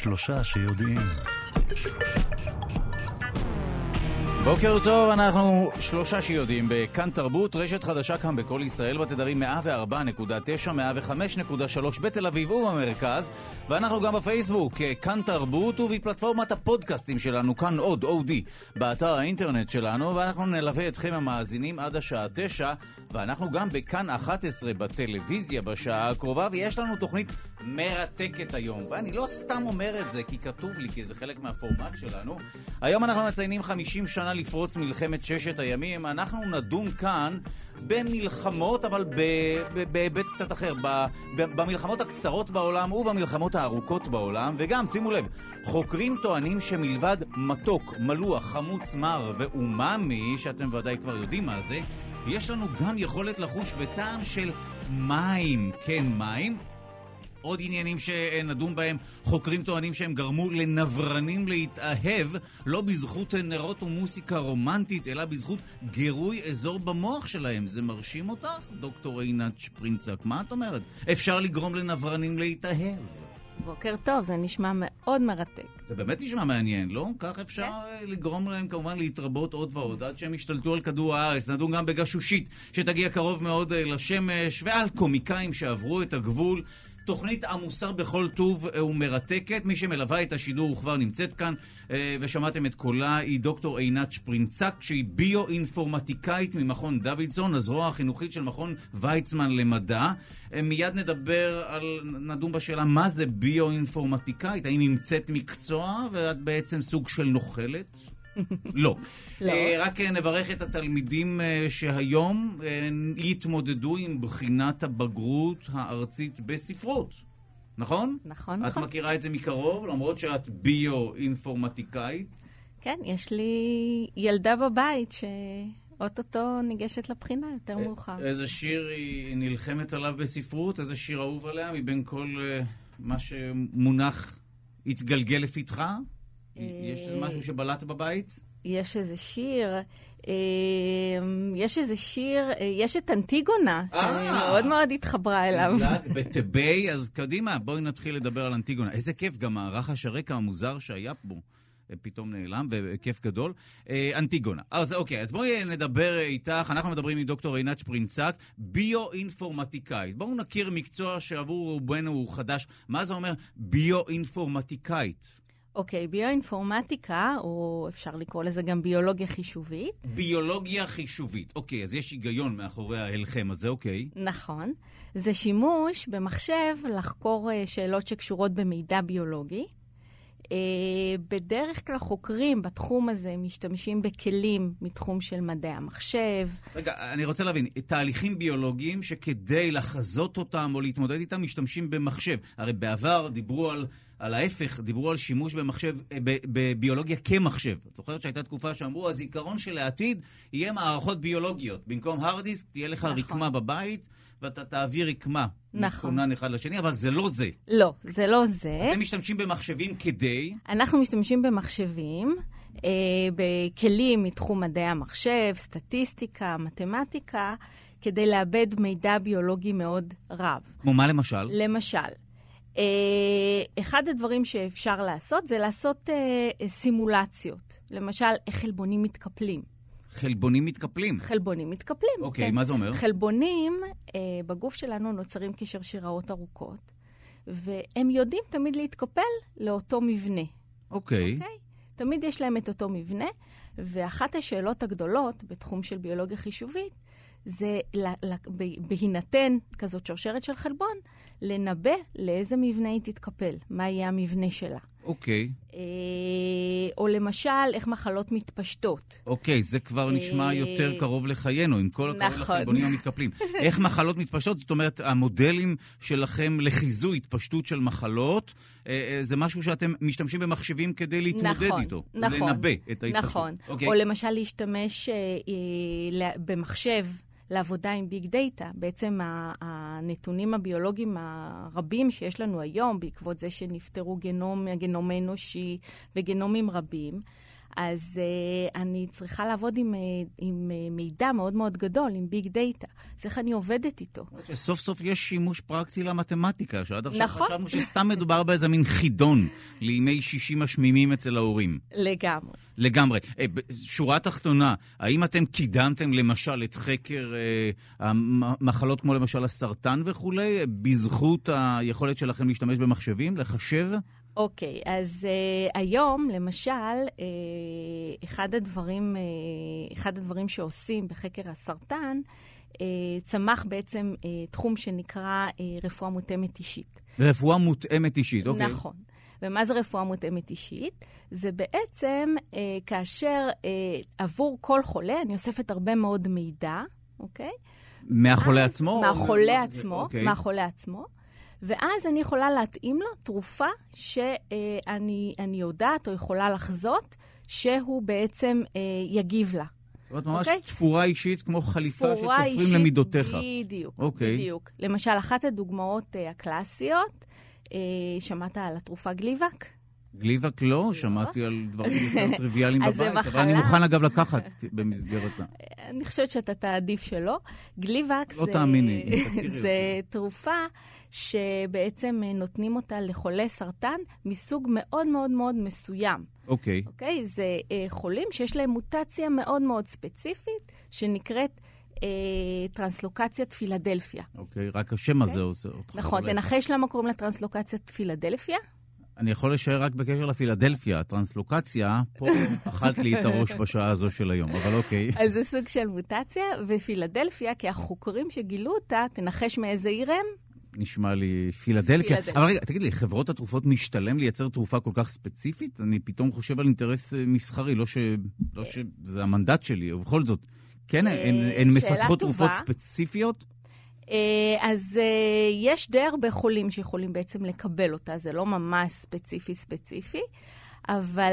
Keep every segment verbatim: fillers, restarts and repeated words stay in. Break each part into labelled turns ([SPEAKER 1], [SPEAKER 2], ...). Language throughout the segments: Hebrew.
[SPEAKER 1] שלושה שיודעים.
[SPEAKER 2] בוקר טוב, אנחנו שלושה שיודעים בכאן תרבות, רשת חדשה כאן בכל ישראל בתדרים מאה וארבע נקודה תשע, מאה וחמש נקודה שלוש בתל אביב ובמרכז, ואנחנו גם בפייסבוק כאן תרבות ובפלטפורמת הפודקאסטים שלנו כאן עוד אודי באתר האינטרנט שלנו, ואנחנו נלווה אתכם המאזינים עד השעה תשע, ואנחנו גם בכאן אחת עשרה בטלוויזיה בשעה הקרובה, ויש לנו תוכנית מרתקת היום, ואני לא סתם אומר את זה כי כתוב לי, כי זה חלק מהפורמט שלנו. היום אנחנו מציינים חמישים שנה לפרוץ מלחמת ששת הימים. אנחנו נדון כאן במלחמות, אבל בהיבט קצת אחר, במלחמות הקצרות בעולם ובמלחמות הארוכות בעולם, וגם, שימו לב, חוקרים טוענים שמלבד מתוק, מלוח, חמוץ, מר ואוממי, שאתם ודאי כבר יודעים מה זה, יש לנו גם יכולת לחוש בטעם של מים. כן, מים. עוד עניינים שנדון בהם, חוקרים טוענים שהם גרמו לנברנים להתאהב, לא בזכות נרות ומוסיקה רומנטית, אלא בזכות גירוי אזור במוח שלהם. זה מרשים אותך, דוקטור עינת שפרינצק? מה את אומרת? אפשר לגרום לנברנים להתאהב.
[SPEAKER 3] בוקר טוב, זה נשמע מאוד מרתק.
[SPEAKER 2] זה באמת נשמע מעניין, לא? כך אפשר לגרום להם כמובן להתרבות עוד ועוד, עד שהם ישתלטו על כדור הארץ. נדון גם בגשושית, שתגיע קרוב מאוד לשמש, ועל קומיקאים שעברו את הגבול. תוכנית עמוסה בכל טוב ומרתקת. מי שמלווה את השידור כבר נמצאת כאן, ושמעתם את קולה, היא דוקטור עינת שפרינצק, שהיא ביו-אינפורמטיקאית ממכון דוידסון, הזרוע החינוכית של מכון ויצמן למדע. מיד נדבר על, נדון בשאלה מה זה ביו-אינפורמטיקאית, האם המצאת מקצוע ואת בעצם סוג של נוכלת? לא.
[SPEAKER 3] לא.
[SPEAKER 2] רק נברך את התלמידים שהיום יתמודדו עם בחינת הבגרות הארצית בספרות. נכון?
[SPEAKER 3] נכון,
[SPEAKER 2] את
[SPEAKER 3] נכון.
[SPEAKER 2] את מכירה את זה מקרוב, למרות שאת ביו-אינפורמטיקאית?
[SPEAKER 3] כן, יש לי ילדה בבית שאוטוטו ניגשת לבחינה יותר מאוחר.
[SPEAKER 2] איזה שיר היא נלחמת עליו בספרות? איזה שיר אהוב עליה מבין כל מה שמונח התגלגל לפתחה? יש איזה משהו שבלט בבית?
[SPEAKER 3] יש איזה שיר, יש איזה שיר, יש את אנטיגונה, שמאוד מאוד התחברה אליו.
[SPEAKER 2] בטבי, אז קדימה, בואי נתחיל לדבר על אנטיגונה. איזה כיף, גם הרחש הרקע המוזר שהיה פה, פתאום נעלם, וכיף גדול. אנטיגונה. אז אוקיי, אז בואי נדבר איתך, אנחנו מדברים עם דוקטור עינת שפרינצק, ביו-אינפורמטיקאית. בואו נכיר מקצוע שעבור רובנו הוא חדש. מה זה אומר ביו-אינפורמטיקאית?
[SPEAKER 3] אוקיי, ביואינפורמטיקה, או אפשר לקרוא לזה גם ביולוגיה חישובית.
[SPEAKER 2] ביולוגיה חישובית. אוקיי, אז יש היגיון מאחורי ההלחם הזה, אוקיי.
[SPEAKER 3] נכון. זה שימוש במחשב לחקור שאלות שקשורות במידע ביולוגי. בדרך כלל חוקרים בתחום הזה משתמשים בכלים מתחום של מדעי המחשב.
[SPEAKER 2] רגע, אני רוצה להבין, תהליכים ביולוגיים שכדי לחזות אותם או להתמודד איתם משתמשים במחשב. הרי בעבר דיברו על... על ההפך, דיברו על שימוש במחשב, בביולוגיה כמחשב. את זוכרת שהייתה תקופה שאמרו, הזיכרון של העתיד יהיה מערכות ביולוגיות. במקום hard disk תהיה לך נכון. רקמה בבית, ואתה תעביר רקמה.
[SPEAKER 3] נכון.
[SPEAKER 2] מכונן אחד לשני, אבל זה לא זה.
[SPEAKER 3] לא, זה לא זה.
[SPEAKER 2] אתם משתמשים במחשבים כדי?
[SPEAKER 3] אנחנו משתמשים במחשבים, אה, בכלים מתחום מדעי המחשב, סטטיסטיקה, מתמטיקה, כדי לאבד מידע ביולוגי מאוד רב.
[SPEAKER 2] כמו מה למשל?
[SPEAKER 3] למשל. אחד הדברים שאפשר לעשות זה לעשות סימולציות. למשל, איך חלבונים מתקפלים.
[SPEAKER 2] חלבונים מתקפלים?
[SPEAKER 3] חלבונים מתקפלים.
[SPEAKER 2] אוקיי,
[SPEAKER 3] כן.
[SPEAKER 2] מה זה אומר?
[SPEAKER 3] חלבונים בגוף שלנו נוצרים כשרשראות ארוכות, והם יודעים תמיד להתקפל לאותו מבנה.
[SPEAKER 2] אוקיי.
[SPEAKER 3] אוקיי? תמיד יש להם את אותו מבנה, ואחת השאלות הגדולות בתחום של ביולוגיה חישובית, זה בהינתן כזאת שרשרת של חלבון, לנבא לאיזה מבנה היא תתקפל, מה יהיה המבנה שלה.
[SPEAKER 2] אוקיי.
[SPEAKER 3] או למשל, איך מחלות מתפשטות.
[SPEAKER 2] אוקיי, זה כבר נשמע יותר קרוב לחיינו, עם כל הכבוד לחלבונים המתקפלים. איך מחלות מתפשטות? זאת אומרת, המודלים שלכם לחיזוי התפשטות של מחלות, זה משהו שאתם משתמשים במחשבים כדי להתמודד איתו.
[SPEAKER 3] נכון,
[SPEAKER 2] לנבא את ההתפשטות.
[SPEAKER 3] נכון. או למשל, להשתמש במחשב, לעבודה עם ביג דאטה. בעצם הנתונים הביולוגיים הרבים שיש לנו היום, בעקבות זה שנפטרו גנום, גנום אנושי וגנומים רבים, אז uh, אני צריכה לעבוד עם, uh, עם uh, מידע מאוד מאוד גדול, עם ביג דאטה. אז איך אני עובדת איתו?
[SPEAKER 2] סוף סוף יש שימוש פרקטי למתמטיקה, שעד עכשיו
[SPEAKER 3] נכון.
[SPEAKER 2] חשבנו שסתם מדובר באיזה מין חידון לימי שישי משמימים אצל ההורים.
[SPEAKER 3] לגמרי.
[SPEAKER 2] לגמרי. שורה תחתונה, האם אתם קידמתם למשל את חקר אה, המחלות כמו למשל הסרטן וכולי, בזכות היכולת שלכם להשתמש במחשבים, לחשב?
[SPEAKER 3] אוקיי, okay, אז uh, היום, למשל, uh, אחד הדברים, uh, אחד הדברים שעושים בחקר הסרטן, uh, צמח בעצם uh, תחום שנקרא uh, רפואה מותאמת אישית.
[SPEAKER 2] רפואה מותאמת אישית, אוקיי. Okay.
[SPEAKER 3] נכון. ומה זה רפואה מותאמת אישית? זה בעצם uh, כאשר uh, עבור כל חולה, אני אוספת הרבה מאוד מידע, אוקיי? Okay?
[SPEAKER 2] מהחולה עצמו?
[SPEAKER 3] מהחולה עצמו,
[SPEAKER 2] אוקיי.
[SPEAKER 3] מהחולה עצמו. ואז אני יכולה להתאים לו תרופה שאני אני יודעת או יכולה לחזות שהוא בעצם אה, יגיב לה.
[SPEAKER 2] זאת אומרת, ממש okay? תפורה אישית כמו חליפה שתופרים למידותיך.
[SPEAKER 3] בדיוק,
[SPEAKER 2] okay.
[SPEAKER 3] בדיוק. למשל, אחת הדוגמאות אה, הקלאסיות, אה, שמעת על התרופה גליבק?
[SPEAKER 2] גליבק לא, שמעתי על דברים יותר טריוויאליים בבית,
[SPEAKER 3] מחלה...
[SPEAKER 2] אבל אני מוכן אגב לקחת במסגרת...
[SPEAKER 3] אני חושבת שאתה תעדיף שלא. גליבק
[SPEAKER 2] לא
[SPEAKER 3] זה...
[SPEAKER 2] תאמיני,
[SPEAKER 3] זה תרופה שבעצם נותנים אותה לחולי סרטן מסוג מאוד מאוד מאוד מסוים.
[SPEAKER 2] אוקיי.
[SPEAKER 3] Okay. אוקיי? Okay? זה uh, חולים שיש להם מוטציה מאוד מאוד ספציפית, שנקראת uh, טרנסלוקציית פילדלפיה.
[SPEAKER 2] אוקיי, okay, רק השם הזה okay? עושה אותך.
[SPEAKER 3] נכון, תנחש למה קוראים לטרנסלוקציית פילדלפיה?
[SPEAKER 2] אני יכול לשער רק בקשר לפילדלפיה. הטרנסלוקציה, פה אכלת לי את הראש בשעה הזו של היום, אבל אוקיי.
[SPEAKER 3] אז זה סוג של מוטציה, ופילדלפיה, כי החוקרים שגילו אותה, תנחש מאיזה עיר הם?
[SPEAKER 2] נשמע לי פילדלפיה. אבל רגע, תגיד לי, חברות התרופות משתלם לייצר תרופה כל כך ספציפית? אני פתאום חושב על אינטרס מסחרי, לא שזה המנדט שלי, ובכל זאת, כן, הן מפתחות תרופות ספציפיות?
[SPEAKER 3] אז יש די הרבה חולים שיכולים בעצם לקבל אותה, זה לא ממש ספציפי ספציפי, אבל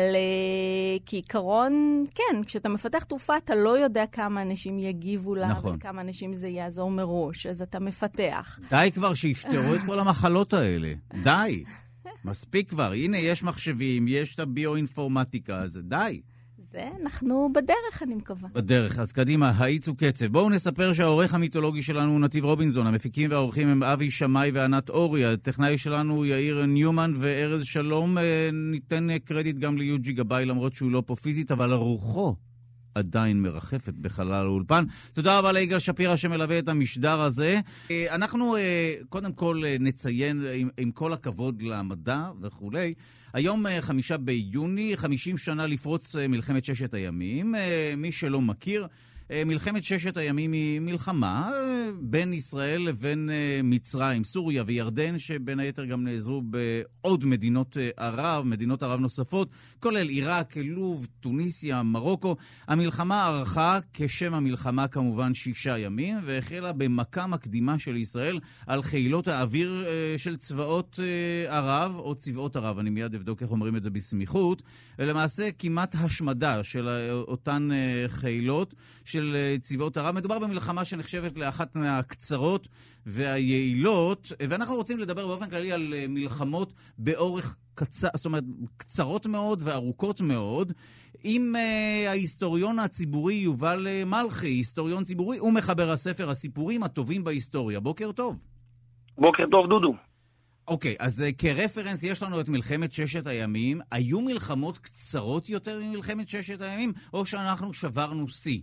[SPEAKER 3] כעיקרון, כן, כשאתה מפתח תרופה, אתה לא יודע כמה אנשים יגיבו לה,
[SPEAKER 2] נכון.
[SPEAKER 3] וכמה אנשים זה יעזור מראש, אז אתה מפתח.
[SPEAKER 2] די כבר שיפתרו את כל המחלות האלה, די, מספיק כבר, הנה יש מחשבים, יש את הביואינפורמטיקה, אז די.
[SPEAKER 3] זה, אנחנו בדרך, אני מקווה.
[SPEAKER 2] בדרך, אז קדימה, האיצו קצב. בואו נספר שהעורך המיתולוגי שלנו הוא נתיב רובינזון, המפיקים והעורכים הם אבי שמאי וענת אורי, הטכנאי שלנו יאיר ניומן וארז שלום, ניתן קרדיט גם ליוג'י גבאי, למרות שהוא לא פה פיזית, אבל רוחו עדיין מרחפת בחלל האולפן. תודה רבה ליגאל שפירא שמלווה את המשדר הזה. אנחנו קודם כל נציין, עם, עם כל הכבוד למדע וכולי, היום חמישה ביוני, חמישים שנה לפרוץ מלחמת ששת הימים. מי שלא מכיר, מלחמת ששת הימים היא מלחמה בין ישראל לבין מצרים, סוריה וירדן, שבין היתר גם נעזרו בעוד מדינות ערב, מדינות ערב נוספות, כולל עיראק, לוב, טוניסיה, מרוקו. המלחמה ערכה כשם המלחמה כמובן שישה ימים, והחלה במכה מקדימה של ישראל על חילות האוויר של צבאות ערב, או צבאות ערב, אני מיד אבדוק איך אומרים את זה בסמיכות, ולמעשה כמעט השמדה של אותן חילות של צבאות ערב. מדובר במלחמה שנחשבת לאחת מהקצרות והיעילות, ואנחנו רוצים לדבר באופן כללי על מלחמות באורך קצר, זאת אומרת, קצרות מאוד וארוכות מאוד, עם uh, ההיסטוריון הציבורי יובל מלכי, היסטוריון ציבורי ומחבר הספר הסיפורים הטובים בהיסטוריה. בוקר טוב.
[SPEAKER 1] בוקר טוב, דודו.
[SPEAKER 2] אוקיי, okay, אז uh, כרפרנס יש לנו את מלחמת ששת הימים. היו מלחמות קצרות יותר ממלחמת ששת הימים, או שאנחנו שברנו שיא?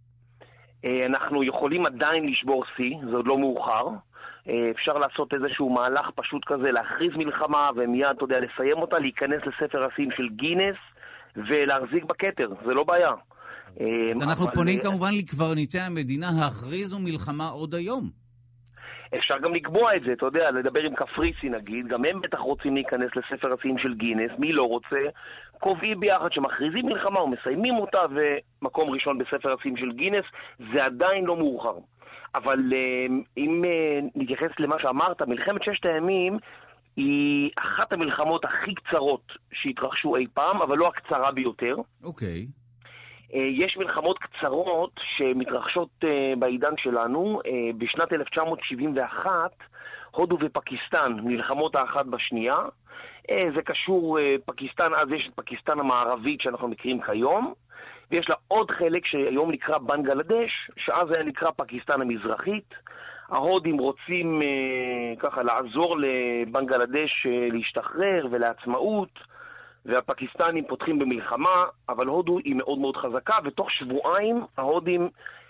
[SPEAKER 1] אנחנו יכולים עדיין לשבור שיא, זה עוד לא מאוחר. אפשר לעשות איזשהו מהלך פשוט כזה, להכריז מלחמה ומיד, אתה יודע, לסיים אותה, להיכנס לספר השיאים של גינס ולהחזיק בכתר, זה לא בעיה.
[SPEAKER 2] אז אנחנו אבל... פונים כמובן לקברניטי המדינה, הכריזו מלחמה עוד היום.
[SPEAKER 1] אפשר גם לקבוע את זה, אתה יודע, לדבר עם קפריסי נגיד, גם הם בטח רוצים להיכנס לספר השיאים של גינס, מי לא רוצה? קובעים ביחד שמכריזים מלחמה ומסיימים אותה, ומקום ראשון בספר השיאים של גינס, זה עדיין לא מאוחר. אבל אם נתייחס למה שאמרת, מלחמת ששת הימים היא אחת המלחמות הכי קצרות שהתרחשו אי פעם, אבל לא הקצרה ביותר.
[SPEAKER 2] אוקיי.
[SPEAKER 1] יש מלחמות קצרות שמתרחשות בעידן שלנו. בשנת אלף תשע מאות שבעים ואחת הודו ופקיסטן נלחמות האחת בשנייה. זה קשור, פקיסטן, אז יש את פקיסטן המערבית שאנחנו מכירים כיום, ויש לה עוד חלק שהיום נקרא בנגלדש, שאז היה נקרא פקיסטן המזרחית. ההודים רוצים ככה לעזור לבנגלדש להשתחרר ולעצמאות, והפקיסטנים פותחים במלחמה, אבל הודו היא מאוד מאוד חזקה, ותוך שבועיים ההודים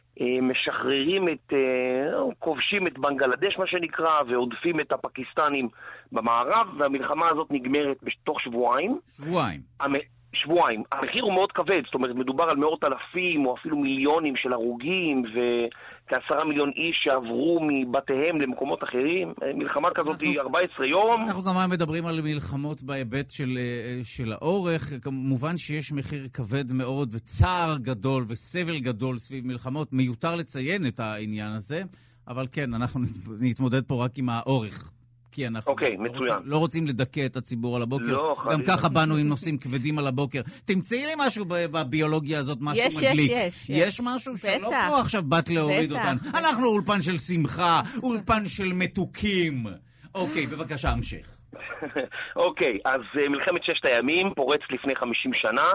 [SPEAKER 1] משחררים את, כובשים את בנגלדש מה שנקרא, ועודפים את הפקיסטנים במערב, והמלחמה הזאת נגמרת בתוך שבועיים.
[SPEAKER 2] שבועיים.
[SPEAKER 1] שבועיים. המחיר הוא מאוד כבד, זאת אומרת, מדובר על מאות אלפים או אפילו מיליונים של הרוגים, וכעשרה מיליון איש שעברו מבתיהם למקומות אחרים. מלחמה כזאת היא ארבעה עשר יום.
[SPEAKER 2] אנחנו גם מדברים על מלחמות בהיבט של, של האורך. כמובן שיש מחיר כבד מאוד וצער גדול וסבל גדול סביב מלחמות. מיותר לציין את העניין הזה, אבל כן, אנחנו נתמודד פה רק עם האורך. כי אנחנו
[SPEAKER 1] okay,
[SPEAKER 2] לא,
[SPEAKER 1] רוצים,
[SPEAKER 2] לא רוצים לדכא את הציבור על הבוקר.
[SPEAKER 1] לא,
[SPEAKER 2] גם ככה באנו עם נושאים כבדים על הבוקר. תמצאי לי משהו בביולוגיה הזאת, משהו
[SPEAKER 3] יש,
[SPEAKER 2] מדליק.
[SPEAKER 3] יש, יש.
[SPEAKER 2] יש משהו
[SPEAKER 3] בטח.
[SPEAKER 2] שלא פה עכשיו באת להוריד
[SPEAKER 3] בטח.
[SPEAKER 2] אותן. אנחנו אולפן של שמחה, אולפן של מתוקים. אוקיי, בבקשה, המשך.
[SPEAKER 1] אוקיי, אז מלחמת ששת הימים פורץ לפני חמישים שנה.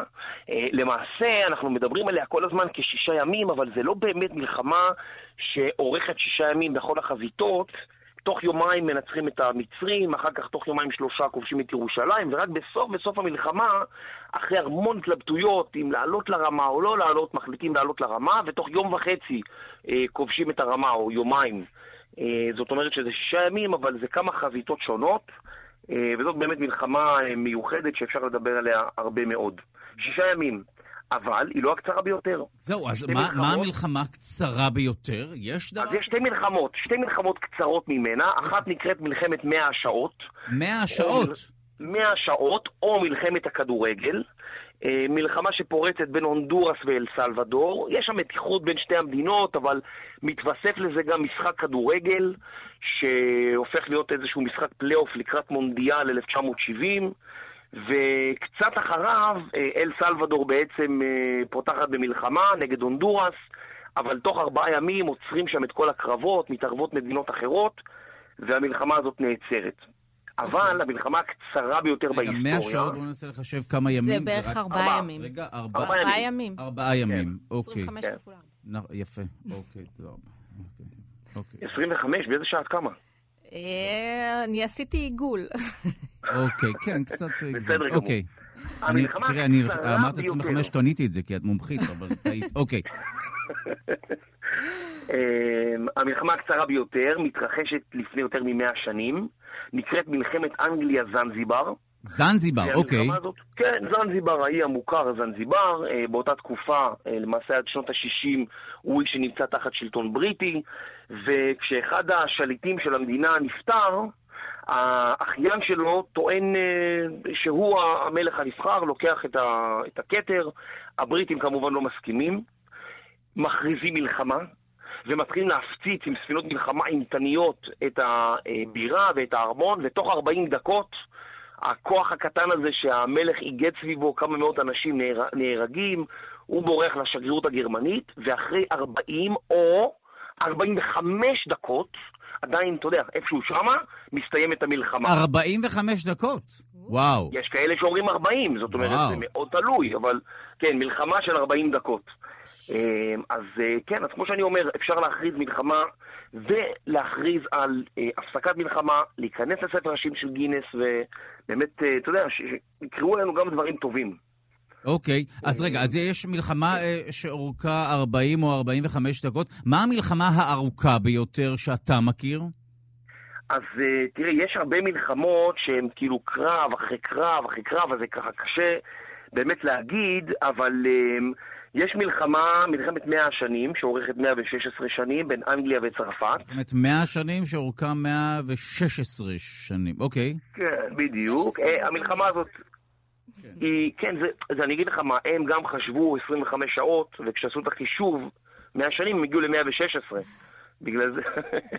[SPEAKER 1] למעשה אנחנו מדברים עליה כל הזמן כשישה ימים, אבל זה לא באמת מלחמה שעורכת שישה ימים בכל החזיתות. תוך יומיים מנצחים את המצרים, אחר כך תוך יומיים שלושה כובשים את ירושלים, ורק בסוף בסוף המלחמה, אחרי המון התלבטויות, אם לעלות לרמה או לא לעלות, מחליטים לעלות לרמה, ותוך יום וחצי אה, כובשים את הרמה, או יומיים. אה, זאת אומרת שזה שישה ימים, אבל זה כמה חזיתות שונות, אה, וזאת באמת מלחמה אה, מיוחדת שאפשר לדבר עליה הרבה מאוד. שישה ימים. אבל היא לא הקצרה ביותר.
[SPEAKER 2] זהו, אז מה, מה המלחמה קצרה ביותר? יש דבר?
[SPEAKER 1] אז יש שתי מלחמות, שתי מלחמות קצרות ממנה. אחת נקראת מלחמת מאה השעות.
[SPEAKER 2] מאה השעות?
[SPEAKER 1] מאה השעות, או מלחמת הכדורגל. מלחמה שפורצת בין הונדורס ואל סלבדור. יש שם מתיחות בין שתי המדינות, אבל מתווסף לזה גם משחק כדורגל, שהופך להיות איזשהו משחק פלייאוף לקראת מונדיאל אלף תשע מאות שבעים. וקצת אחריו אל סלבדור בעצם פותחת במלחמה נגד הונדורס, אבל תוך ארבעה ימים עוצרים שם את כל הקרבות, מתערבות מדינות אחרות, והמלחמה הזאת נעצרת. אבל המלחמה הקצרה ביותר בהיסטוריה...
[SPEAKER 2] רגע, מאה שעות, בואו ננסה לחשב כמה ימים.
[SPEAKER 3] זה בערך ארבעה ימים.
[SPEAKER 2] רגע,
[SPEAKER 3] ארבעה ימים.
[SPEAKER 2] ארבעה ימים, אוקיי.
[SPEAKER 3] עשרים וחמש כפול ארבע.
[SPEAKER 2] יפה, אוקיי, תודה רבה.
[SPEAKER 1] עשרים וחמש, באיזה שעת כמה?
[SPEAKER 3] אני עשיתי עיגול.
[SPEAKER 2] אוקיי, כן, קצת...
[SPEAKER 1] בסדר גמור.
[SPEAKER 2] אוקיי. תראה, אני אמרת עשרים וחמש, קניתי את זה, כי את מומחית, אבל טעית. אוקיי.
[SPEAKER 1] המלחמה הקצרה ביותר מתרחשת לפני יותר ממאה שנים, נקראת מלחמת אנגליה-זנזיבר.
[SPEAKER 2] זנזיבר, אוקיי.
[SPEAKER 1] כן, זנזיבר, האי המוכר זנזיבר, באותה תקופה, למעשה עד שנות ה-שישים, הוא איש שנמצא תחת שלטון בריטי, וכשאחד השליטים של המדינה נפטר, האחיין שלו טוען שהוא המלך הנבחר, לוקח את הכתר, הבריטים כמובן לא מסכימים, מכריזים מלחמה, ומתחילים להפציץ עם ספינות מלחמה אימתניות את הבירה ואת הארמון, ותוך ארבעים דקות, הכוח הקטן הזה שהמלך איגד סביבו כמה מאות אנשים נהרגים, הוא בורח לשגרירות הגרמנית, ואחרי ארבעים או ארבעים וחמש דקות, עדיין, אתה יודע, איפשהו שמה, מסתיימת המלחמה.
[SPEAKER 2] ארבעים וחמש דקות? וואו.
[SPEAKER 1] יש כאלה שאומרים ארבעים, זאת אומרת, וואו. זה מאוד תלוי, אבל כן, מלחמה של ארבעים דקות. אז כן, אז כמו שאני אומר, אפשר להכריז מלחמה ולהכריז על הפסקת מלחמה, להיכנס לספר השיאים של גינס, ובאמת, אתה יודע, שיקראו לנו גם דברים טובים.
[SPEAKER 2] אוקיי, אז רגע, אז יש מלחמה שאורכה ארבעים או ארבעים וחמש דקות. מה המלחמה הארוכה ביותר שאתה מכיר?
[SPEAKER 1] אז תראה, יש הרבה מלחמות שהן כאילו קרב אחרי קרב אחרי קרב, אז זה ככה קשה באמת להגיד, אבל יש מלחמה, מלחמת מאה השנים, שאורכת מאה ושש עשרה שנים, בין אנגליה וצרפת. זאת אומרת,
[SPEAKER 2] מאה שנים שאורכה מאה ושש עשרה שנים, אוקיי.
[SPEAKER 1] כן, בדיוק. המלחמה הזאת... היא, כן, זה, זה אני אגיד לך מה, הם גם חשבו עשרים וחמש שעות, וכשעשו את החישוב, מאה שנים הם הגיעו ל-מאה ושש עשרה. בגלל זה...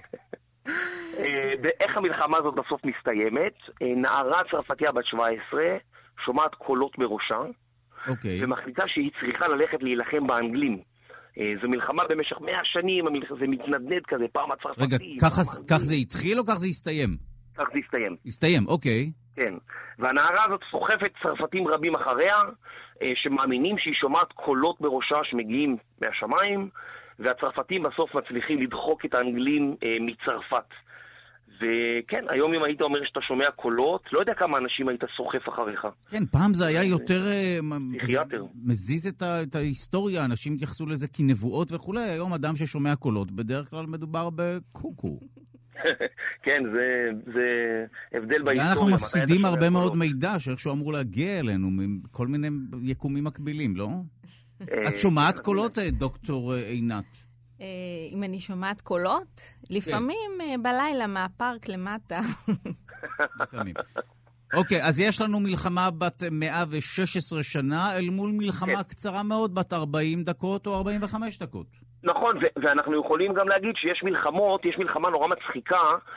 [SPEAKER 1] ואיך המלחמה הזאת בסוף מסתיימת? נערה צרפתיה בת שבע עשרה, שומעת קולות בראשה,
[SPEAKER 2] okay.
[SPEAKER 1] ומחליטה שהיא צריכה ללכת להילחם באנגלים. זו מלחמה במשך מאה שנים, זה מתנדנד כזה, פעם הצרפתי.
[SPEAKER 2] רגע, כך זה התחיל או כך זה הסתיים?
[SPEAKER 1] כך זה הסתיים.
[SPEAKER 2] הסתיים, אוקיי.
[SPEAKER 1] כן, והנערה הזאת סוחפת צרפתים רבים אחריה, שמאמינים שהיא שומעת קולות בראשה שמגיעים מהשמיים, והצרפתים בסוף מצליחים לדחוק את האנגלים מצרפת. וכן, היום אם היית אומר שאתה שומע קולות, לא יודע כמה אנשים היית סוחף אחריך.
[SPEAKER 2] כן, פעם זה היה יותר
[SPEAKER 1] פסיכיאטר.
[SPEAKER 2] מזיז את, ה, את ההיסטוריה, אנשים התייחסו לזה כנבואות וכו'. היום אדם ששומע קולות, בדרך כלל מדובר בקוקו.
[SPEAKER 1] כן, זה, זה הבדל בהיסטוריה.
[SPEAKER 2] אנחנו מפסידים הרבה מאוד מידע שאיכשהו אמור להגיע אלינו מכל מיני יקומים מקבילים, לא? את שומעת קולות, דוקטור עינת?
[SPEAKER 3] אם אני שומעת קולות, לפעמים בלילה מהפארק למטה.
[SPEAKER 2] לפעמים. אוקיי, אז יש לנו מלחמה בת מאה ושש עשרה שנה, אל מול מלחמה קצרה מאוד, בת ארבעים דקות או ארבעים וחמש דקות.
[SPEAKER 1] נכון, ואנחנו יכולים גם להגיד שיש מלחמות, יש מלחמה נורא מצחיקה,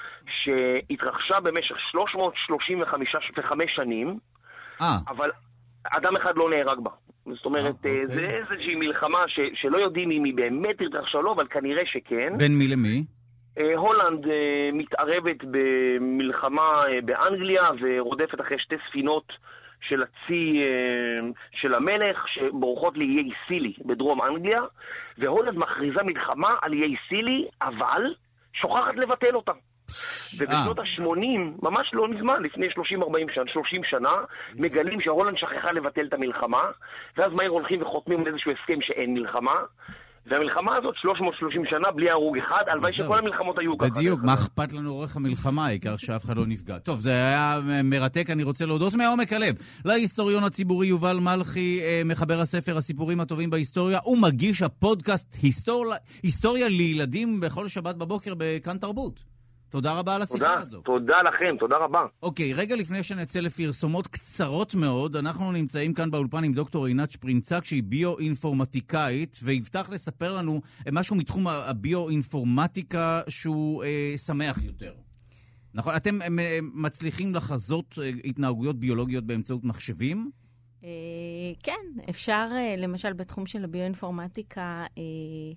[SPEAKER 1] שהתרחשה במשך שלוש מאות שלושים וחמש שנים, אבל אדם אחד לא נהרג בה. זאת אומרת, זה איזושהי מלחמה שלא יודעים אם היא באמת התרחשה לא, אבל כנראה שכן.
[SPEAKER 2] בין מי למי?
[SPEAKER 1] הולנד מתערבת במלחמה באנגליה ורודפת אחרי שתי ספינות של הצי של המלך שבורחות לאיי סילי בדרום אנגליה, והולנד מכריזה מלחמה על איי סילי, אבל שוכחת לבטל אותה. ובשנות ה-שמונים, ממש לא נזמן, לפני שלושים ארבעים שנה, שלושים שנה, מגלים שהולנד שכחה לבטל את המלחמה, ואז מהר הולכים וחותמים על איזשהו הסכם שאין מלחמה, והמלחמה הזאת שלוש מאות ושלושים שנה בלי הרוג אחד, הלוואי שכל המלחמות היו ככה.
[SPEAKER 2] בדיוק, מה אכפת לנו אורך המלחמה, העיקר שאף אחד לא נפגע. טוב, זה היה מרתק, אני רוצה להודות מעומק הלב להיסטוריון הציבורי יובל מלכי, מחבר הספר הסיפורים הטובים בהיסטוריה, ומגיש הפודקאסט היסטוריה לילדים בכל שבת בבוקר בכאן תרבות. תודה רבה על השיחה הזו.
[SPEAKER 1] תודה לכם, תודה רבה.
[SPEAKER 2] אוקיי, רגע לפני שנצא לפרסומות קצרות מאוד, אנחנו נמצאים כאן באולפן עם דוקטור עינת שפרינצק, שהיא ביו-אינפורמטיקאית, והבטח לספר לנו משהו מתחום הביו-אינפורמטיקה שהוא אה, שמח יותר. נכון? אתם אה, מצליחים לחזות אה, התנהגויות ביולוגיות באמצעות מחשבים?
[SPEAKER 3] אה, כן, אפשר אה, למשל בתחום של הביו-אינפורמטיקה אה,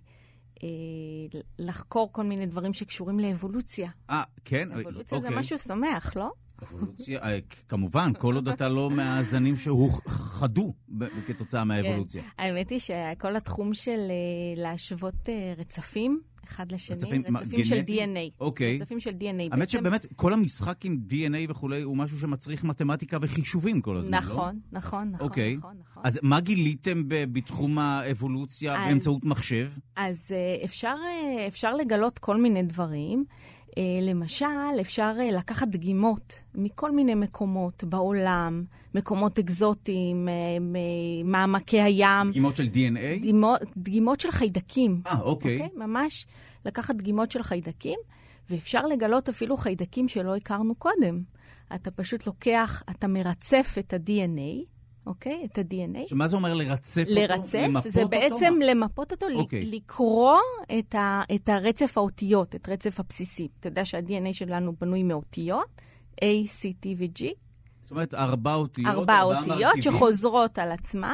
[SPEAKER 3] לחקור כל מיני דברים שקשורים לאבולוציה.
[SPEAKER 2] אה, כן?
[SPEAKER 3] אבולוציה זה משהו שמח, לא?
[SPEAKER 2] אבולוציה, כמובן, כל עוד אתה לא מהזנים שהוחדו כתוצאה מהאבולוציה.
[SPEAKER 3] האמת היא שכל התחום של להשוות רצפים, אחד לשני, רצפים של די אן איי.
[SPEAKER 2] אוקיי.
[SPEAKER 3] רצפים של די אן איי.
[SPEAKER 2] האמת שבאמת, כל המשחק עם די אן איי וכולי, הוא משהו שמצריך מתמטיקה וחישובים כל הזמן, לא?
[SPEAKER 3] נכון, נכון, נכון.
[SPEAKER 2] אוקיי. אז מה גיליתם בתחום האבולוציה באמצעות מחשב?
[SPEAKER 3] אז אפשר לגלות כל מיני דברים. למשל, אפשר לקחת דגימות מכל מיני מקומות בעולם, מקומות אקזוטיים, מעמקי הים.
[SPEAKER 2] דגימות של די אן איי?
[SPEAKER 3] דגימות, דגימות של חיידקים.
[SPEAKER 2] אה, אוקיי.
[SPEAKER 3] אוקיי. ממש לקחת דגימות של חיידקים, ואפשר לגלות אפילו חיידקים שלא הכרנו קודם. אתה פשוט לוקח, אתה מרצף את ה-די אן איי, אוקיי? את ה-די אן איי.
[SPEAKER 2] שמה זה אומר לרצף אותו?
[SPEAKER 3] לרצף, זה בעצם למפות אותו, לקרוא את, ה, את הרצף האותיות, את רצף הבסיסי. אתה יודע שה-די אן איי שלנו בנוי מאותיות, A, C, T ו-G.
[SPEAKER 2] זאת אומרת, ארבע אותיות,
[SPEAKER 3] ארבע אותיות שחוזרות על עצמם,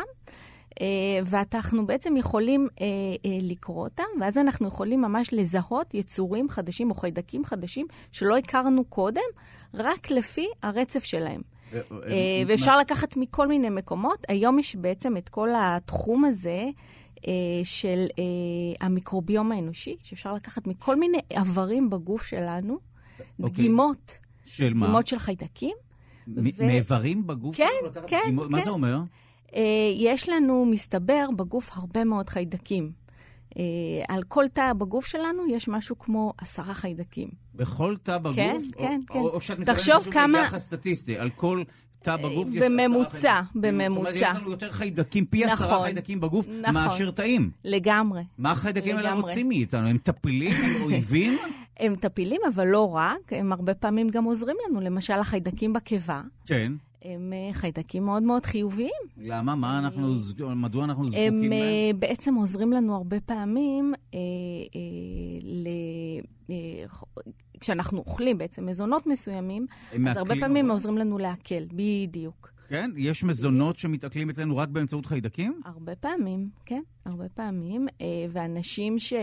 [SPEAKER 3] ואנחנו בעצם יכולים לקרוא אותם, ואז אנחנו יכולים ממש לזהות יצורים חדשים או חיידקים חדשים שלא הכרנו קודם, רק לפי הרצף שלהם. ואפשר לקחת מכל מיני מקומות. היום יש בעצם את כל התחום הזה של המיקרוביום האנושי, שאפשר לקחת מכל מיני עברים בגוף שלנו, דגימות, דגימות של חיידקים.
[SPEAKER 2] מעברים בגוף
[SPEAKER 3] שלנו?
[SPEAKER 2] כן,
[SPEAKER 3] כן.
[SPEAKER 2] מה זה אומר?
[SPEAKER 3] יש לנו, מסתבר, בגוף הרבה מאוד חיידקים. על כל תא בגוף שלנו יש משהו כמו עשרה חיידקים.
[SPEAKER 2] בכל תא בגוף?
[SPEAKER 3] כן, כן, כן.
[SPEAKER 2] או שאת מתכוונת פשוט ליחס סטטיסטי, על כל תא בגוף יש עשרה חיידקים?
[SPEAKER 3] בממוצע, בממוצע.
[SPEAKER 2] זאת אומרת, יש לנו יותר חיידקים, פי עשרה חיידקים בגוף, מאשר תאים.
[SPEAKER 3] לגמרי.
[SPEAKER 2] מה החיידקים האלה רוצים מאיתנו? הם טפילים? הם אויבים?
[SPEAKER 3] הם טפילים, אבל לא רק. הם הרבה פעמים גם עוזרים לנו. למשל, החיידקים בקיבה.
[SPEAKER 2] כן.
[SPEAKER 3] הם חיידקים מאוד מאוד חיוביים.
[SPEAKER 2] למה? מה אנחנו, מדוע אנחנו זקוקים להם?
[SPEAKER 3] הם בעצם עוזרים לנו הרבה פעמים, אה, אה, ל, אה, כשאנחנו אוכלים בעצם מזונות מסוימים, אז הרבה פעמים עוזרים לנו להקל, בדיוק.
[SPEAKER 2] כן? יש מזונות שמתעכלים אצלנו רק באמצעות חיידקים?
[SPEAKER 3] הרבה פעמים, כן, הרבה פעמים. ואנשים ש...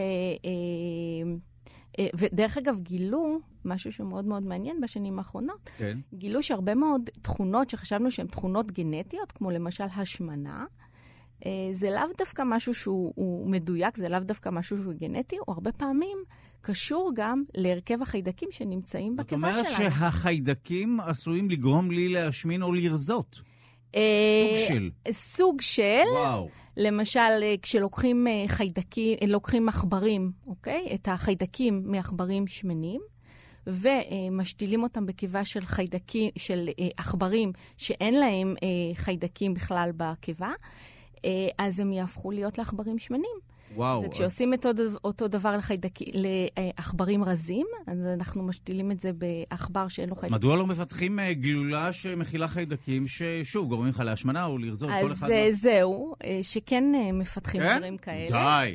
[SPEAKER 3] ודרך אגב גילו, משהו שמאוד מאוד מעניין בשנים האחרונות, כן. גילו שהרבה מאוד תכונות שחשבנו שהן תכונות גנטיות, כמו למשל השמנה, זה לאו דווקא משהו שהוא מדויק, זה לאו דווקא משהו שהוא גנטי, הוא הרבה פעמים קשור גם להרכב החיידקים שנמצאים בקיבה שלנו.
[SPEAKER 2] זאת אומרת שהחיידקים עשויים לגרום לי להשמין או לרזות. סוג של.
[SPEAKER 3] סוג של.
[SPEAKER 2] וואו.
[SPEAKER 3] למשל, כשלוקחים חיידקים, לוקחים מחברים, אוקיי? את החיידקים מעכברים שמנים, ומשתילים אותם בקיבה של חיידקים, של עכברים שאין להם חיידקים בכלל בקיבה, אז הם יהפכו להיות לעכברים שמנים.
[SPEAKER 2] וואו.
[SPEAKER 3] וכשעושים את אותו דבר לעכברים רזים, אז אנחנו משתילים את זה בעכבר שאין לו חיידקים.
[SPEAKER 2] מדוע לא מפתחים גלולה שמכילה חיידקים ששוב גורמים לך להשמנה או לרזות?
[SPEAKER 3] אז זהו, שכן מפתחים דברים כאלה.
[SPEAKER 2] די.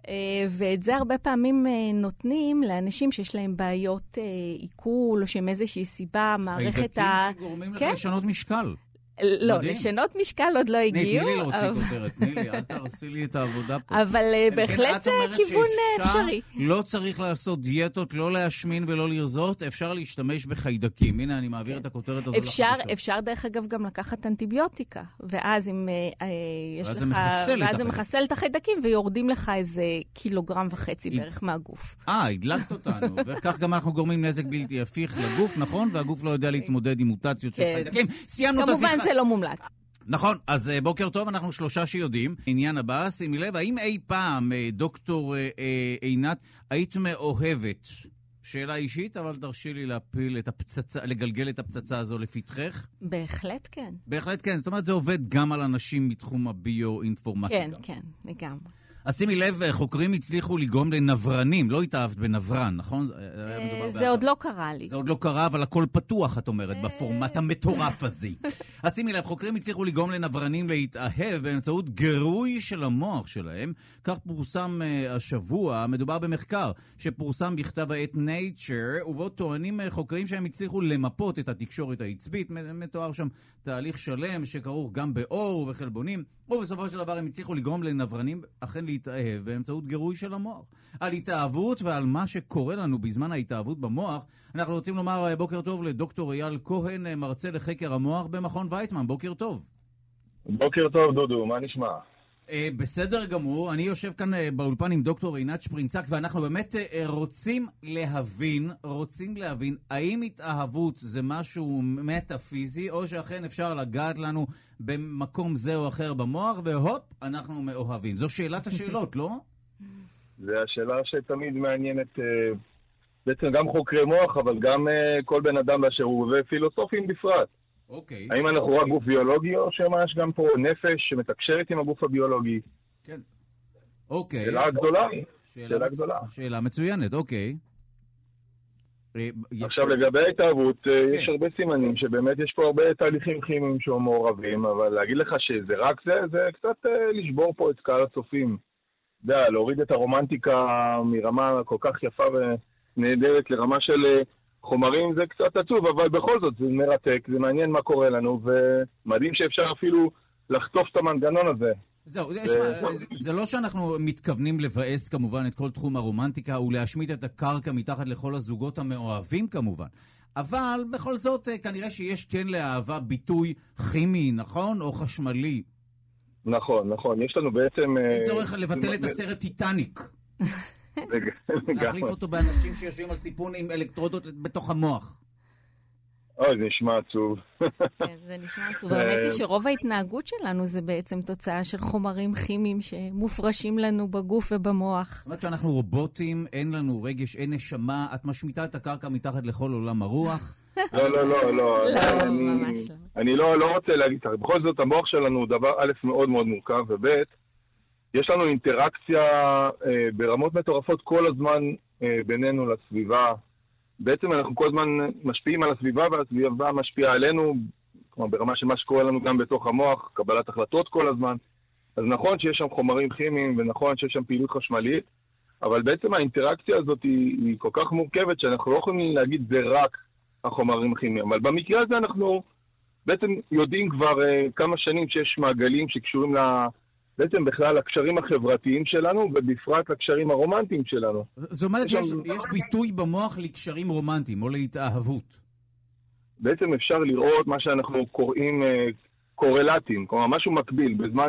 [SPEAKER 3] ואת זה הרבה פעמים נותנים לאנשים שיש להם בעיות עיכול, או שהם איזושהי סיבה, מערכת ה...
[SPEAKER 2] חיידקים שגורמים לך לשנות משקל.
[SPEAKER 3] לא, לשנות משקל עוד לא הגיעו.
[SPEAKER 2] תני לי להוציא כותרת, תני לי, אל תעשי לי את העבודה פה.
[SPEAKER 3] אבל בהחלט זה כיוון אפשרי.
[SPEAKER 2] לא צריך לעשות דיאטות, לא להשמין ולא לרזות, אפשר להשתמש בחיידקים. הנה, אני מעביר את הכותרת הזו לחדשה.
[SPEAKER 3] אפשר דרך אגב גם לקחת אנטיביוטיקה, ואז אם יש לך... ואז זה מחסל את החיידקים, ויורדים לך איזה קילוגרם וחצי בערך מהגוף.
[SPEAKER 2] אה, הדלקת אותנו, וכך גם אנחנו גורמים נזק בלתי הפיך לגוף, נכון? והגוף לא יודע להתמודד עם מוטציות של חיידקים. סיימנו את השיחה.
[SPEAKER 3] זה לא מומלץ.
[SPEAKER 2] נכון, אז בוקר טוב, אנחנו שלושה שיודעים. עניין הבא, שימי לב, האם אי פעם, דוקטור עינת, היית מאוהבת? שאלה אישית, אבל תרשי לי להפיל את הפצצה, לגלגל את הפצצה הזו לפתחך?
[SPEAKER 3] בהחלט כן.
[SPEAKER 2] בהחלט כן, זאת אומרת, זה עובד גם על אנשים מתחום הביו-אינפורמטיקה.
[SPEAKER 3] כן, כן, לגמרי.
[SPEAKER 2] אז שימי לב, חוקרים הצליחו לגרום לנברנים, לא התאהבת בנברן, נכון?
[SPEAKER 3] זה עוד לא קרה לי.
[SPEAKER 2] זה עוד לא קרה, אבל הכל פתוח, את אומרת, בפורמט המטורף הזה. אז שימי לב, חוקרים הצליחו לגרום לנברנים להתאהב באמצעות גירוי של המוח שלהם. כך פורסם השבוע, מדובר במחקר שפורסם בכתב העת Nature, ובו טוענים חוקרים שהם הצליחו למפות את התקשורת העצבית, מתואר שם תהליך שלם שכרוך גם באור ובחלבונים, ובסופו של דבר הם הצליחו לגרום לנברנים אכן להתאהב באמצעות גירוי של המוח. על התאהבות ועל מה שקורה לנו בזמן ההתאהבות במוח, אנחנו רוצים לומר בוקר טוב לדוקטור אייל כהן, מרצה לחקר המוח במכון ויצמן. בוקר טוב.
[SPEAKER 4] בוקר טוב דודו, מה נשמע?
[SPEAKER 2] אה, בסדר גמור, אני יושב כאן אה, באולפן עם דוקטור עינת שפרינצק, ואנחנו באמת אה, רוצים להבין, רוצים להבין, האם התאהבות זה משהו מטאפיזי, או שאכן אפשר לגעת לנו במקום זה או אחר במוח, והופ, אנחנו מאוהבים. זו שאלת השאלות, לא?
[SPEAKER 4] זו השאלה שתמיד מעניינת, אה, בעצם גם חוקרי מוח, אבל גם אה, כל בן אדם באשר הוא, ופילוסופים בפרט.
[SPEAKER 2] אוקיי.
[SPEAKER 4] האם אנחנו רק גוף ביולוגי, או שמה יש גם פה נפש שמתקשרת עם הגוף הביולוגי?
[SPEAKER 2] כן. אוקיי.
[SPEAKER 4] שאלה גדולה.
[SPEAKER 2] שאלה גדולה. שאלה מצוינת, אוקיי.
[SPEAKER 4] עכשיו לגבי ההתאהבות, יש הרבה סימנים שבאמת יש פה הרבה תהליכים כימיים שמעורבים, אבל להגיד לך שזה רק זה, זה קצת לשבור פה את קהל הצופים. אתה יודע, להוריד את הרומנטיקה מרמה כל כך יפה ונהדרת לרמה של... חומרים זה קצת עצוב, אבל בכל זאת זה מרתק, זה מעניין מה קורה לנו, ומדהים שאפשר אפילו לחטוף את המנגנון הזה.
[SPEAKER 2] זהו, זה לא שאנחנו מתכוונים לבאס כמובן את כל תחום הרומנטיקה, ולהשמיט את הקרקע מתחת לכל הזוגות המאוהבים כמובן, אבל בכל זאת כנראה שיש כן לאהבה ביטוי כימי, נכון? או חשמלי.
[SPEAKER 4] נכון, נכון, יש לנו בעצם...
[SPEAKER 2] אין צורך לבטל את הסרט טיטניק. להחליף אותו באנשים שיושבים על סיפון עם אלקטרודות בתוך המוח.
[SPEAKER 4] אוי, זה נשמע עצוב.
[SPEAKER 3] כן, זה נשמע עצוב. האמת היא שרוב ההתנהגות שלנו זה בעצם תוצאה של חומרים כימיים שמופרשים לנו בגוף ובמוח. זאת
[SPEAKER 2] אומרת שאנחנו רובוטים, אין לנו רגש, אין נשמה, את משמיטה את הקרקע מתחת לכל עולם הרוח.
[SPEAKER 4] לא, לא, לא, לא.
[SPEAKER 3] לא, ממש לא.
[SPEAKER 4] אני לא רוצה להגיד, בכל זאת המוח שלנו הוא דבר א' מאוד מאוד מורכב, וב' יש לנו אינטראקציה אה, ברמות מטורפות כל הזמן אה, בינינו לסביבה. בעצם אנחנו כל הזמן משפיעים על הסביבה, והסביבה משפיעה עלינו, כלומר ברמה של מה שקורה לנו גם בתוך המוח, קבלת החלטות כל הזמן. אז נכון שיש שם חומרים כימיים, ונכון שיש שם פעילות חשמלית, אבל בעצם האינטראקציה הזאת היא, היא כל כך מורכבת, שאנחנו לא יכולים להגיד זה רק החומרים כימיים. אבל במקרה הזה אנחנו בעצם יודעים כבר uh, כמה שנים שיש מעגלים שקשורים ל... בעצם בכלל לקשרים החברתיים שלנו, ובפרט לקשרים הרומנטיים שלנו.
[SPEAKER 2] זאת אומרת שיש יש ביטוי במוח לקשרים רומנטיים, או להתאהבות.
[SPEAKER 4] בעצם אפשר לראות מה שאנחנו קוראים uh, קורלטים, כלומר משהו מקביל, בזמן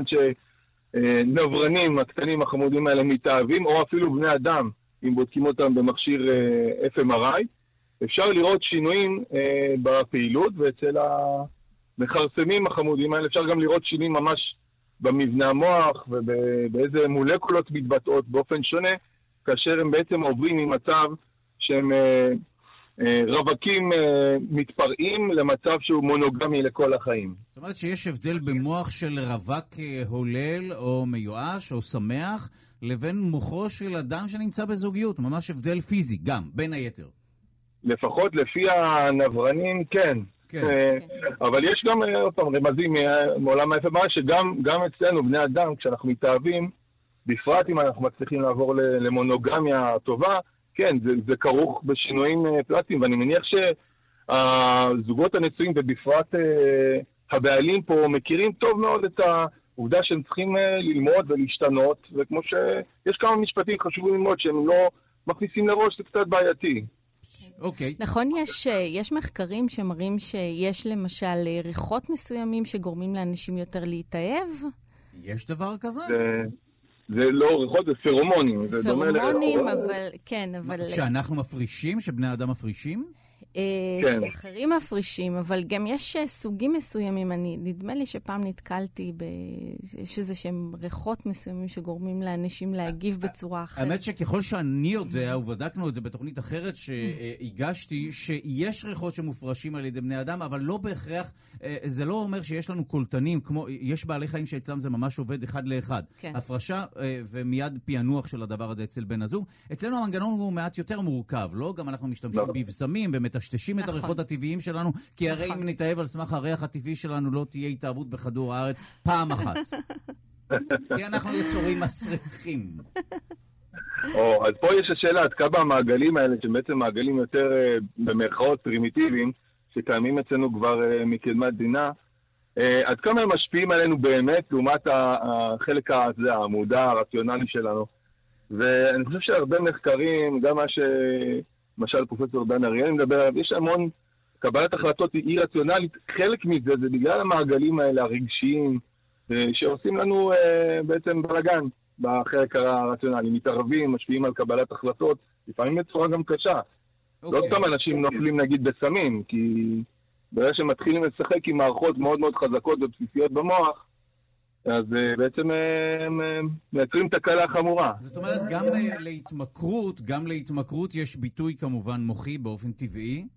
[SPEAKER 4] שנברנים, הקטנים החמודים האלה מתאהבים, או אפילו בני אדם, אם בודקים אותם במכשיר uh, אף אם אר איי, אפשר לראות שינויים uh, בפעילות, ואצל המחרסמים החמודים האלה אפשר גם לראות שינויים ממש במבנה המוח ובאיזה מולקולות מתבטאות באופן שונה, כאשר הם בעצם עוברים ממצב שהם אה, אה, רווקים אה, מתפרעים למצב שהוא מונוגמי לכל החיים.
[SPEAKER 2] זאת אומרת שיש הבדל במוח של רווק הולל או מיואש או שמח, לבין מוחו של אדם שנמצא בזוגיות, ממש הבדל פיזי גם, בין היתר.
[SPEAKER 4] לפחות לפי הנברנים, כן.
[SPEAKER 2] כן.
[SPEAKER 4] אבל יש גם עוד פעם רמזים מעולם ה-אף אם אר איי שגם גם אצלנו, בני אדם, כשאנחנו מתאהבים, בפרט אם אנחנו מצליחים לעבור למונוגמיה טובה, כן, זה, זה כרוך בשינויים פלסטיים, ואני מניח שהזוגות הנשואים ובפרט הבעלים פה מכירים טוב מאוד את העובדה שהם צריכים ללמוד ולהשתנות, וכמו שיש כמה משפטים חשובים ללמוד שהם לא מכניסים לראש, זה קצת בעייתי.
[SPEAKER 2] אוקיי.
[SPEAKER 3] נכון, יש, יש מחקרים שמראים שיש למשל ריחות מסוימים שגורמים לאנשים יותר להתאהב?
[SPEAKER 2] יש דבר כזה?
[SPEAKER 4] זה, זה לא ריחות, זה פרומונים.
[SPEAKER 3] זה פרומונים, אבל כן, אבל...
[SPEAKER 2] שאנחנו מפרישים? שבני אדם מפרישים?
[SPEAKER 3] כן. שאחרים מפרישים, אבל גם יש סוגים מסוימים. אני, נדמה לי שפעם נתקלתי יש איזה שהם ריחות מסוימים שגורמים לאנשים להגיב בצורה אחרת.
[SPEAKER 2] האמת שככל שאני יודע, ובדקנו את זה בתוכנית אחרת שהגשתי, שיש ריחות שמופרשים על ידי בני אדם, אבל לא בהכרח, זה לא אומר שיש לנו קולטנים, כמו, יש בעלי חיים שאצלם זה ממש עובד אחד לאחד. כן. הפרשה ומיד פענוח של הדבר הזה אצל בן הזוג. אצלנו המנגנון הוא מעט יותר מורכב, לא? גם אנחנו משתמשים בבשמים ומטשטשים את הריחות הטבעיים שלנו, כי הרי אם נתאהב על סמך הריח הטבעי שלנו לא תהיה התאהבות בכדור הארץ פעם אחת. כי אנחנו יצורים מסריחים.
[SPEAKER 4] אז פה יש השאלה, עד כמה המעגלים האלה, שבעצם מעגלים יותר במרכאות פרימיטיביים, שקיימים אצלנו כבר מקדמת דינה, עד כמה הם משפיעים עלינו באמת, לעומת החלק הזה, המודע, הרציונלי שלנו. ואני חושב שהרבה מחקרים, גם מה ש... למשל פרופסור דן אריאל מדבר עליו, יש המון קבלת החלטות אי רציונלית, חלק מזה זה בגלל המעגלים האלה הרגשיים, שעושים לנו בעצם בלגן בחלק הרציונלי, מתערבים, משפיעים על קבלת החלטות, לפעמים בצורה גם קשה. Okay. לא סתם אנשים נופלים נגיד בסמים, כי ברגע שמתחילים לשחק עם מערכות מאוד מאוד חזקות ובסיסיות במוח, אז בעצם הם מייצרים תקלה חמורה.
[SPEAKER 2] זאת אומרת, גם להתמכרות, גם להתמכרות יש ביטוי כמובן מוחי באופן טבעי?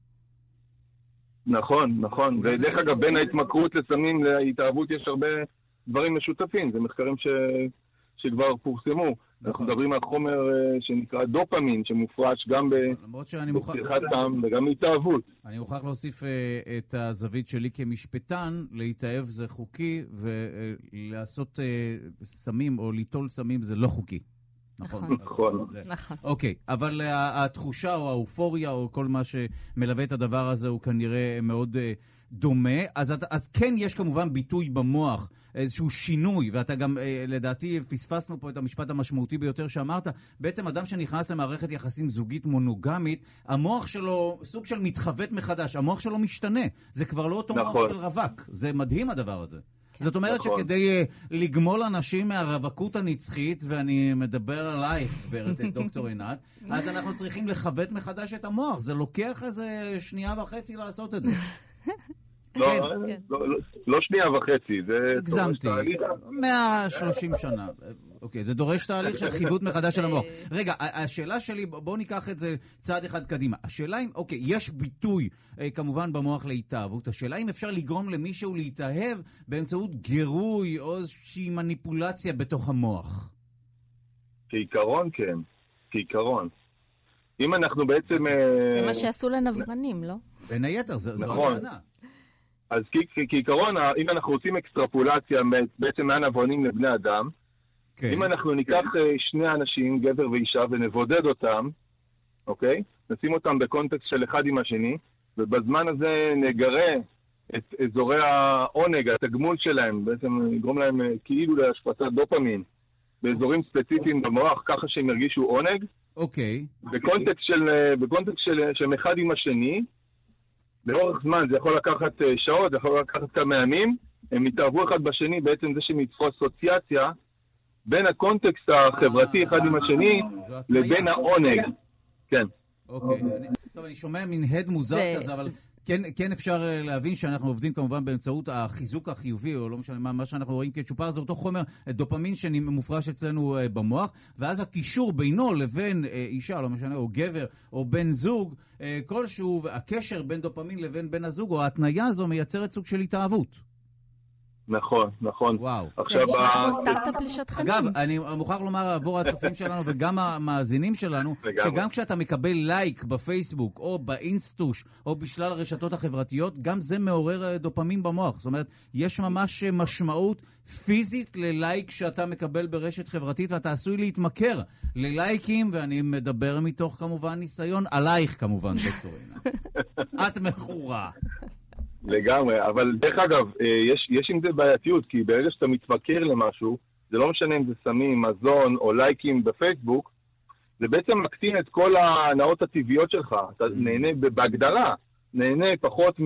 [SPEAKER 4] נכון, נכון. ודרך אגב, בין ההתמכרות לסמים להתאהבות יש הרבה דברים משותפים. זה מחקרים ש... שכבר פורסמו. אנחנו מדברים על חומר שנקרא דופמין, שמופרש גם בצריכת טעם וגם להתאהבות.
[SPEAKER 2] אני מוכרח להוסיף את הזווית שלי כמשפטן, להתאהב זה חוקי, ולעשות סמים או ליטול סמים זה לא חוקי.
[SPEAKER 4] נכון. נכון.
[SPEAKER 2] אוקיי, אבל התחושה או האופוריה או כל מה שמלווה את הדבר הזה הוא כנראה מאוד דומה. אז כן יש כמובן ביטוי במוח, איזשהו שינוי, ואתה גם, לדעתי, פספסנו פה את המשפט המשמעותי ביותר שאמרת, בעצם אדם שנכנס למערכת יחסים זוגית מונוגמית, המוח שלו סוג של מתחוות מחדש, המוח שלו משתנה. זה כבר לא אותו מוח של רווק. זה מדהים הדבר הזה. זאת אומרת שכדי לגמול אנשים מהרווקות הנצחית, ואני מדבר עלייך, גברת דוקטור עינת, אז אנחנו צריכים לחוות מחדש את המוח. זה לוקח איזה שנייה וחצי לעשות את זה.
[SPEAKER 4] לא שנייה וחצי, זה...
[SPEAKER 2] הגזמתי, מאה ושלושים שנה. אוקיי, זה דורש תהליך של חיווט מחדש של המוח. רגע, השאלה שלי, בואו ניקח את זה צעד אחד קדימה. השאלה אם, אוקיי, יש ביטוי כמובן במוח להתאהבות. השאלה אם אפשר לגרום למישהו להתאהב באמצעות גירוי או איזושהי מניפולציה בתוך המוח.
[SPEAKER 4] כעיקרון, כן. כעיקרון. אם אנחנו בעצם...
[SPEAKER 3] זה מה שעשו לנברנים, לא?
[SPEAKER 2] בין היתר, זו הטענה.
[SPEAKER 4] אז כעיקרון, אם אנחנו רוצים אקסטרפולציה בעצם מהנברנים לבני אדם, אם אנחנו ניקח שני אנשים, גבר ואישה, ונבודד אותם, אוקיי? נשים אותם בקונטקסט של אחד עם השני, ובזמן הזה נגרה את אזורי העונג, התגמול שלהם, בעצם יגרום להם כאילו להשפצת דופמין באזורים ספציפיים במוח, ככה שהם ירגישו עונג.
[SPEAKER 2] אוקיי.
[SPEAKER 4] בקונטקסט של, בקונטקסט של, שהם אחד עם השני, לאורך זמן, זה יכול לקחת שעות, זה יכול לקחת כמה ימים, הם יתערבו אחד בשני, בעצם זה שהם יצפו אסוציאציה בין הקונטקסט החברתי אחד עם השני לבין העונג. כן.
[SPEAKER 2] אוקיי. טוב, אני שומע מין הד מוזר כזה, אבל כן, כן אפשר להבין שאנחנו עובדים כמובן באמצעות החיזוק החיובי, או לא משנה מה, מה שאנחנו רואים כצ'ופר, זה אותו חומר דופמין שמופרש אצלנו במוח, ואז הקישור בינו לבין אישה, לא משנה, או גבר, או בן זוג, כלשהו, הקשר בין דופמין לבין בן הזוג, או ההתניה הזו מייצרת סוג של התאהבות.
[SPEAKER 4] נכון, נכון.
[SPEAKER 2] וואו.
[SPEAKER 3] זה נשמע כמו סטארט-אפ לשטחנים.
[SPEAKER 2] אגב, אני מוכרח לומר עבור הצופים שלנו וגם המאזינים שלנו, שגם כשאתה מקבל לייק בפייסבוק או באינסטוש או בשלל הרשתות החברתיות, גם זה מעורר דופמין במוח. זאת אומרת, יש ממש משמעות פיזית ללייק שאתה מקבל ברשת חברתית, ואתה עשוי להתמכר ללייקים, ואני מדבר מתוך כמובן ניסיון, עלייך כמובן, דוקטור עינת. את מכורה.
[SPEAKER 4] לגמרי, אבל דרך אגב, יש, יש עם זה בעייתיות, כי ברגע שאתה מתמכר למשהו, זה לא משנה אם זה סמים, מזון או לייקים בפייסבוק, זה בעצם מקטין את כל ההנאות הטבעיות שלך. אתה נהנה בהגדרה, נהנה פחות מ...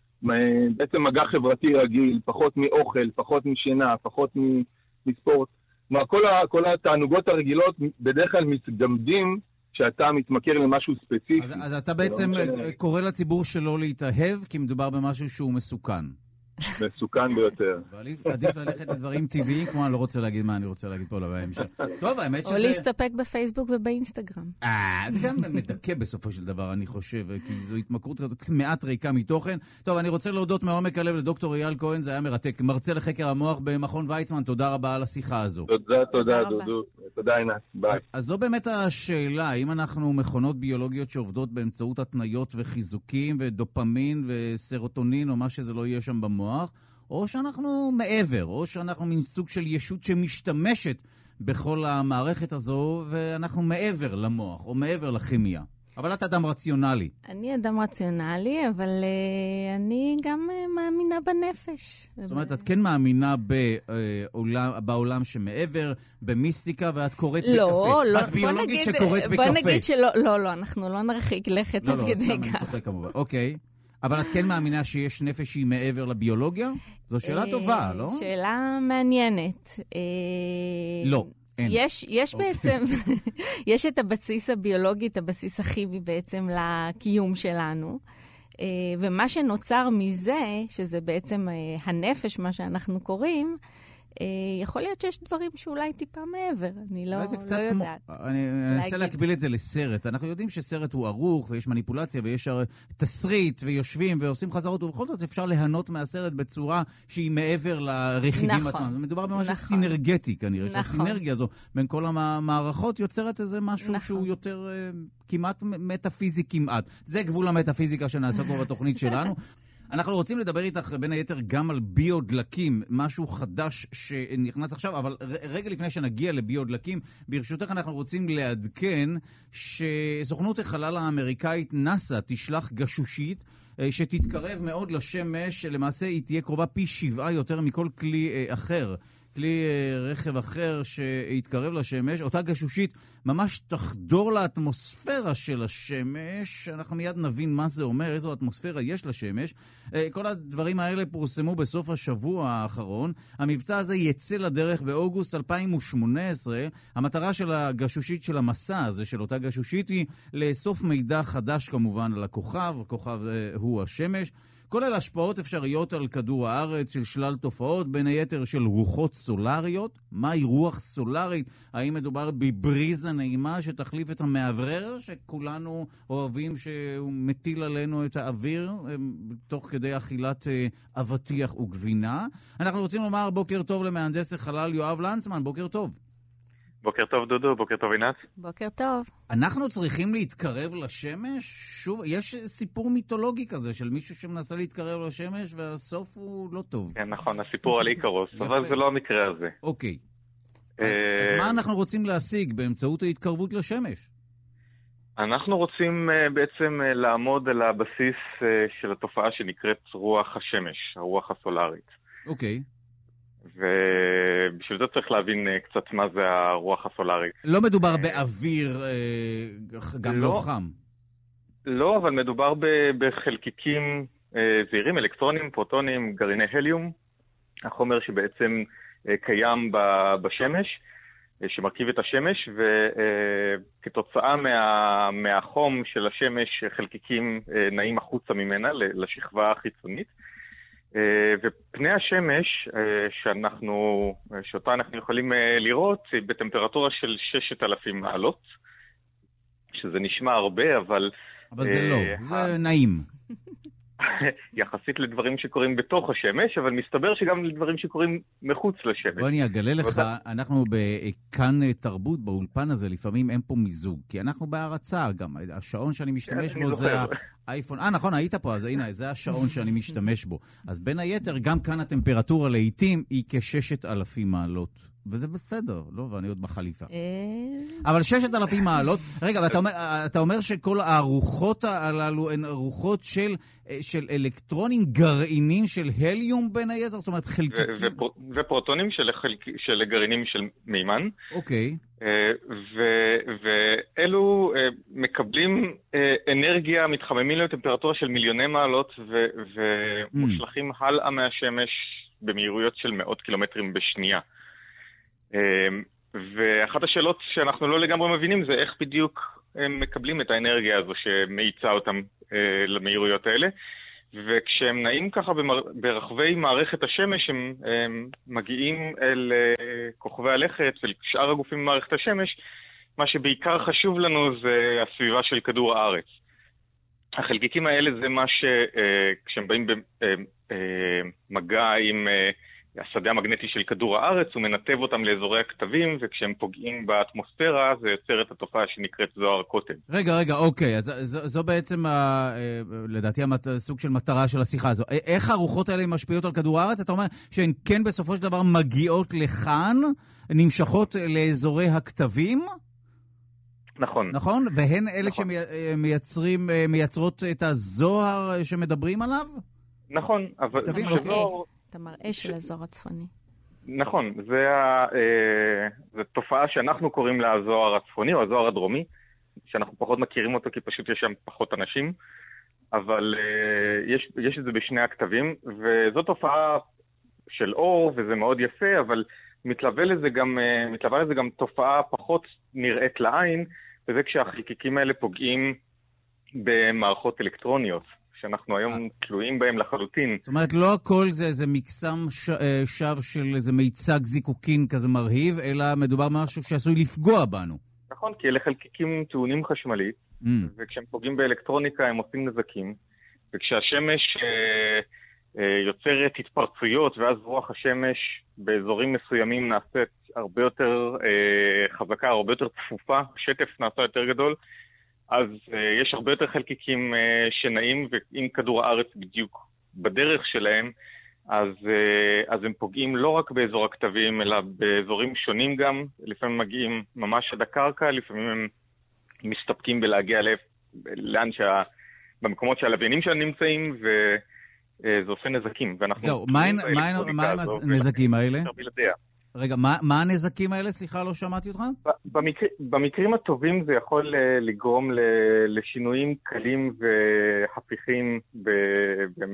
[SPEAKER 4] בעצם מגע חברתי רגיל, פחות מאוכל, פחות משינה, פחות מספורט. כלומר, כל, כל התענוגות הרגילות בדרך כלל מתגמדים כשאתה מתמכר למשהו ספציפי.
[SPEAKER 2] אז, אז אתה בעצם קורא לציבור שלו להתאהב, כי מדובר במשהו שהוא מסוכן.
[SPEAKER 4] מסוכן ביותר.
[SPEAKER 2] עדיף ללכת לדברים טבעיים, כמו אני לא רוצה להגיד מה אני רוצה להגיד פה בהמשך. טוב, האמת שזה...
[SPEAKER 3] או להסתפק בפייסבוק ובאינסטגרם.
[SPEAKER 2] אה, זה גם מדכא בסופו של דבר, אני חושב, כי זו התמכרות כזאת מעט ריקה מתוכן. טוב, אני רוצה להודות מעומק הלב לדוקטור אייל כהן, זה היה מרתק. מרצה לחקר המוח במכון ויצמן, תודה רבה על השיחה הזו.
[SPEAKER 4] תודה, תודה, דודו. תודה, עינת. ביי.
[SPEAKER 2] אז זו באמת השאלה, האם אנחנו מכונות ביולוגיות שעובדות באמצעות התניות וחיזוקים ודופמין וסרוטונין או מה שזה לא יהיה שם במוח, או שאנחנו מעבר, או שאנחנו מין סוג של ישות שמשתמשת בכל המערכת הזו, ואנחנו מעבר למוח, או מעבר לכימיה. אבל את אדם רציונלי.
[SPEAKER 3] אני אדם רציונלי, אבל uh, אני גם uh, מאמינה בנפש.
[SPEAKER 2] זאת אומרת, את כן מאמינה בעולם, בעולם שמעבר, במיסטיקה, ואת קוראת
[SPEAKER 3] לא,
[SPEAKER 2] בקפה.
[SPEAKER 3] לא,
[SPEAKER 2] את ביולוגית
[SPEAKER 3] נגיד,
[SPEAKER 2] שקוראת בקפה.
[SPEAKER 3] בוא נגיד שלא, לא, לא, אנחנו לא נרחיק לכת
[SPEAKER 2] לא,
[SPEAKER 3] עד
[SPEAKER 2] לא,
[SPEAKER 3] כדי
[SPEAKER 2] סתם
[SPEAKER 3] כך.
[SPEAKER 2] אני צוחק כמובן. אוקיי. אבל את כן מאמינה שיש נפש שהיא מעבר לביולוגיה? זו שאלה טובה, לא?
[SPEAKER 3] שאלה מעניינת.
[SPEAKER 2] לא.
[SPEAKER 3] יש, יש בעצם, יש את הבסיס הביולוגי, את הבסיס הכימי בעצם לקיום שלנו, ומה שנוצר מזה, שזה בעצם הנפש, מה שאנחנו קוראים, יכול להיות שיש דברים שאולי טיפה מעבר, אני לא, לא יודעת. כמו,
[SPEAKER 2] אני אנסה להקביל את זה לסרט. אנחנו יודעים שסרט הוא ערוך, ויש מניפולציה, ויש תסריט, ויושבים, ועושים חזרות, ובכל זאת אפשר ליהנות מהסרט בצורה שהיא מעבר לרכיבים נכון, עצמם. מדובר במשהו נכון. סינרגטי, כנראה, נכון. שהסינרגיה הזו בין כל המערכות יוצרת איזה משהו נכון. שהוא יותר כמעט מטאפיזי כמעט. זה גבול המטאפיזיקה שנעשה פה בתוכנית שלנו. אנחנו רוצים לדבר איתך בין היתר גם על ביודלקים, משהו חדש שנכנס עכשיו, אבל רגע לפני שנגיע לביודלקים, ברשותך אנחנו רוצים לעדכן שסוכנות החלל האמריקאית נאסא תשלח גשושית שתתקרב מאוד לשמש, למעשה היא תהיה קרובה פי שבעה יותר מכל כלי אחר. כלי רכב אחר שיתקרב לשמש, אותה גשושית ממש תחדור לאטמוספירה של השמש, אנחנו מיד נבין מה זה אומר, איזו אטמוספירה יש לשמש. כל הדברים האלה פורסמו בסוף השבוע האחרון. המבצע הזה יצא לדרך באוגוסט אלפיים ושמונה עשרה. המטרה של הגשושית של המסע הזה, של אותה גשושית, היא לאסוף מידע חדש כמובן על הכוכב, הכוכב הוא השמש. כולל השפעות אפשריות על כדור הארץ של שלל תופעות, בין היתר של רוחות סולריות. מהי רוח סולרית? האם מדובר בבריזה נעימה שתחליף את המאוורר שכולנו אוהבים שהוא מטיל עלינו את האוויר תוך כדי אכילת אבטיח וגבינה? אנחנו רוצים לומר בוקר טוב למהנדס החלל יואב לנצמן, בוקר טוב.
[SPEAKER 5] בוקר טוב דודו, בוקר טוב עינת.
[SPEAKER 3] בוקר טוב.
[SPEAKER 2] אנחנו צריכים להתקרב לשמש? שוב, יש סיפור מיתולוגי כזה של מישהו שמנסה להתקרב לשמש והסוף הוא לא טוב.
[SPEAKER 5] כן, נכון, הסיפור על איקרוס, אבל זה לא המקרה הזה.
[SPEAKER 2] אוקיי. אז מה אנחנו רוצים להשיג באמצעות ההתקרבות לשמש?
[SPEAKER 5] אנחנו רוצים בעצם לעמוד על הבסיס של התופעה שנקראת רוח השמש, הרוח הסולארית.
[SPEAKER 2] אוקיי.
[SPEAKER 5] ובשביל זה צריך להבין קצת מה זה הרוח הסולארית.
[SPEAKER 2] לא מדובר באוויר גם לא חם.
[SPEAKER 5] לא, אבל מדובר בחלקיקים זעירים, אלקטרונים, פרוטונים, גרעיני הליום, החומר שבעצם קיים בשמש, שמרכיב את השמש, וכתוצאה מה, מהחום של השמש חלקיקים נעים החוצה ממנה לשכבה החיצונית, ופני השמש שאנחנו, שאותה אנחנו יכולים לראות היא בטמפרטורה של ששת אלפים מעלות, שזה נשמע הרבה, אבל...
[SPEAKER 2] אבל זה לא, זה נעים.
[SPEAKER 5] יחסית לדברים שקורים בתוך השמש, אבל מסתבר שגם לדברים שקורים מחוץ לשמש.
[SPEAKER 2] בוא אני אגלה לך, אנחנו בכאן תרבות, באולפן הזה, לפעמים אין פה מיזוג, כי אנחנו בהרצה גם, השעון שאני משתמש בו זה האייפון. אה, נכון, היית פה, אז הנה, זה השעון שאני משתמש בו. אז בין היתר, גם כאן הטמפרטורה לעתים היא כששת אלפים מעלות. וזה בסדר, לא? ואני עוד בחליפה. אבל ששת אלפים מעלות, רגע, ואתה אומר שכל הרוחות הללו הן רוחות של, של אלקטרונים גרעינים של הליום בין היתר? זאת אומרת, חלקיקים.
[SPEAKER 5] ופרוטונים של, של גרעינים של מימן.
[SPEAKER 2] אוקיי.
[SPEAKER 5] ואלו מקבלים אנרגיה, מתחממים לטמפרטורה של מיליוני מעלות, ומושלכים הלאה מהשמש במהירויות של מאות קילומטרים בשנייה. ואחת השאלות שאנחנו לא לגמרי מבינים זה איך בדיוק הם מקבלים את האנרגיה הזו שמאיצה אותם למהירויות האלה, וכשהם נעים ככה ברחבי מערכת השמש הם, הם מגיעים אל כוכבי הלכת ולשאר הגופים במערכת השמש. מה שבעיקר חשוב לנו זה הסביבה של כדור הארץ. החלקיקים האלה זה מה שכשהם באים במגע עם השדה המגנטי של כדור הארץ, הוא מנתב אותם לאזורי הכתבים, וכשהם פוגעים באטמוספירה, זה יוצר את התופעה שנקראת זוהר הקוטב.
[SPEAKER 2] רגע, רגע, אוקיי, אז זו, זו בעצם, ה, לדעתי, הסוג של מטרה של השיחה הזו. איך הרוחות האלה משפיעות על כדור הארץ? אתה אומר שהן כן בסופו של דבר מגיעות לכאן, נמשכות לאזורי הכתבים?
[SPEAKER 5] נכון.
[SPEAKER 2] נכון? והן אלה נכון. שמייצרים, מייצרות את הזוהר שמדברים עליו?
[SPEAKER 5] נכון, אבל...
[SPEAKER 2] כתבים,
[SPEAKER 3] אוקיי.
[SPEAKER 2] אוקיי.
[SPEAKER 3] את המראה של הזוהר הצפוני.
[SPEAKER 5] נכון, זו תופעה שאנחנו קוראים לה הזוהר הצפוני או הזוהר הדרומי, שאנחנו פחות מכירים אותו כי פשוט יש שם פחות אנשים, אבל יש, יש את זה בשני הכתבים, וזו תופעה של אור, וזה מאוד יפה, אבל מתלווה לזה גם, מתלווה לזה גם תופעה פחות נראית לעין, וזה כשהחלקיקים האלה פוגעים במערכות אלקטרוניות. שאנחנו היום תלויים בהם לחלוטין.
[SPEAKER 2] זאת אומרת, לא הכל זה איזה מקסם שווא של איזה מיצג זיקוקין כזה מרהיב, אלא מדובר משהו שעשוי לפגוע בנו.
[SPEAKER 5] נכון, כי אלה חלקיקים טעונים חשמלית, mm. וכשהם פוגעים באלקטרוניקה הם עושים נזקים, וכשהשמש אה, אה, יוצרת התפרצויות, ואז רוח השמש באזורים מסוימים נעשית הרבה יותר אה, חזקה, הרבה יותר צפופה, שטף נעשה יותר גדול, אז uh, יש הרבה יותר חלקיקים uh, שנעים, ואם כדור הארץ בדיוק בדרך שלהם, אז, uh, אז הם פוגעים לא רק באזור הכתבים, אלא באזורים שונים גם. לפעמים מגיעים ממש עד הקרקע, לפעמים הם מסתפקים בלהגיע לב, לאן שה... במקומות שהלוויינים שלהם נמצאים, וזה uh, עושה נזקים.
[SPEAKER 2] זהו, מה הם הנזקים האלה?
[SPEAKER 5] בלעדיה.
[SPEAKER 2] רגע, מה, מה הנזקים האלה? סליחה, לא שמעתי אותך?
[SPEAKER 5] במקר, במקרים הטובים זה יכול לגרום לשינויים קלים והפיכים ב, ב,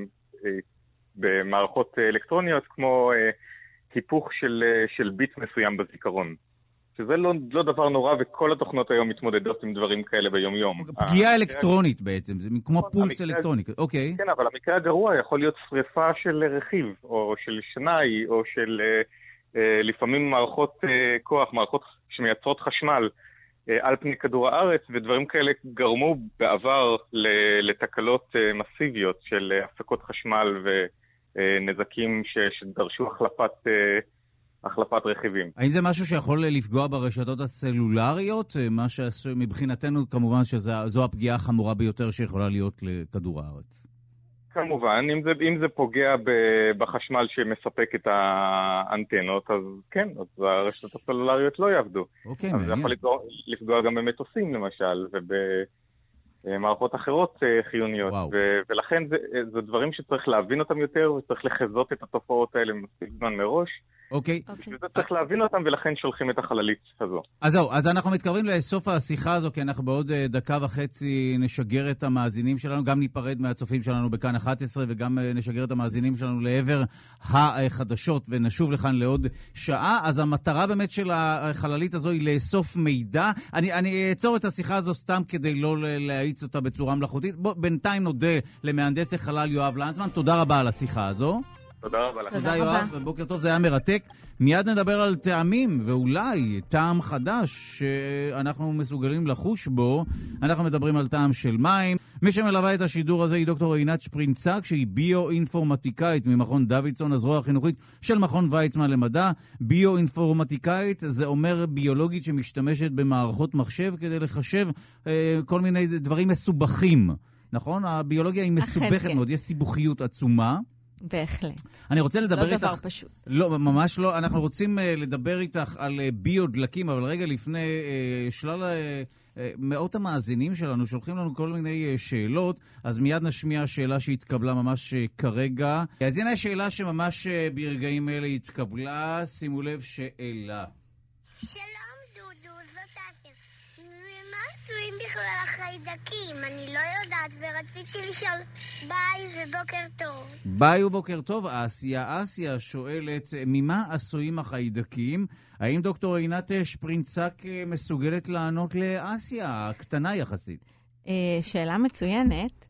[SPEAKER 5] במערכות אלקטרוניות, כמו היפוך של, של ביט מסוים בזיכרון. שזה לא, לא דבר נורא, וכל התוכנות היום מתמודדות עם דברים כאלה ביום-יום.
[SPEAKER 2] פגיעה אלקטרונית בעצם, זה כמו פולס אלקטרוני, אוקיי.
[SPEAKER 5] כן, אבל המקרה הגרוע יכול להיות שריפה של רכיב, או של שנאי, או של... לפעמים מערכות כוח, מערכות שמייצרות חשמל על פני כדור הארץ, ודברים כאלה גרמו בעבר לתקלות מסיביות של הפסקות חשמל ונזקים שדרשו החלפת, החלפת רכיבים.
[SPEAKER 2] האם זה משהו שיכול לפגוע ברשתות הסלולריות? מה שמבחינתנו כמובן שזו הפגיעה החמורה ביותר שיכולה להיות לכדור הארץ.
[SPEAKER 5] כמובן, אם זה, אם זה פוגע בחשמל שמספק את האנטנות, אז כן, אז הרשתות הסלולריות לא יעבדו.
[SPEAKER 2] אוקיי,
[SPEAKER 5] אז זה יכול לפגוע, לפגוע גם במטוסים למשל, ובמערכות אחרות חיוניות. ו, ולכן זה, זה דברים שצריך להבין אותם יותר, וצריך לחזות את התופעות האלה מספיק זמן מראש.
[SPEAKER 2] אוקיי.
[SPEAKER 5] וזה צריך להבין אותם, ולכן שולחים את החללית הזו.
[SPEAKER 2] אז זהו, אז אנחנו מתקרבים לסוף השיחה הזו, כי אנחנו בעוד דקה וחצי נשגר את המאזינים שלנו, גם ניפרד מהצופים שלנו בכאן אחת עשרה, וגם נשגר את המאזינים שלנו לעבר החדשות, ונשוב לכאן לעוד שעה. אז המטרה באמת של החללית הזו היא לאסוף מידע. אני, אני אעצור את השיחה הזו סתם כדי לא להאיץ אותה בצורה מלאכותית. בוא, בינתיים נודה למהנדס החלל יואב לנצמן. תודה רבה על השיחה הזו.
[SPEAKER 5] תודה רבה לך.
[SPEAKER 2] תודה יואב, בוקר טוב, זה היה מרתק. מיד נדבר על טעמים, ואולי טעם חדש שאנחנו מסוגלים לחוש בו. אנחנו מדברים על טעם של מים. מי שמלווה את השידור הזה היא דוקטור עינת שפרינצק, שהיא ביו-אינפורמטיקאית ממכון דוידסון, הזרוע החינוכית של מכון ויצמן למדע. ביו-אינפורמטיקאית זה אומר ביולוגית שמשתמשת במערכות מחשב כדי לחשב אה, כל מיני דברים מסובכים. נכון? הביולוגיה היא מסובכת כן. מאוד, יש סיבוכיות עצומה.
[SPEAKER 3] בהחלט.
[SPEAKER 2] אני רוצה לדבר
[SPEAKER 3] לא
[SPEAKER 2] איתך...
[SPEAKER 3] דבר פשוט.
[SPEAKER 2] לא, ממש לא. אנחנו רוצים uh, לדבר איתך על uh, ביודלקים, אבל רגע לפני uh, שלל uh, uh, מאות המאזינים שלנו שולחים לנו כל מיני uh, שאלות, אז מיד נשמיע שאלה שהתקבלה ממש uh, כרגע. אז הנה השאלה שממש uh, ברגעים אלה התקבלה. שימו לב שאלה.
[SPEAKER 6] שלום דודו, זאת אסיה. ממה עשויים בכלל החיידקים? אני לא יודעת ורציתי לשאול ביי ובוקר טוב.
[SPEAKER 2] ביי ובוקר טוב, אסיה. אסיה שואלת, ממה עשויים החיידקים? האם דוקטור עינת שפרינצק מסוגלת לענות לאסיה, הקטנה יחסית?
[SPEAKER 3] שאלה מצוינת.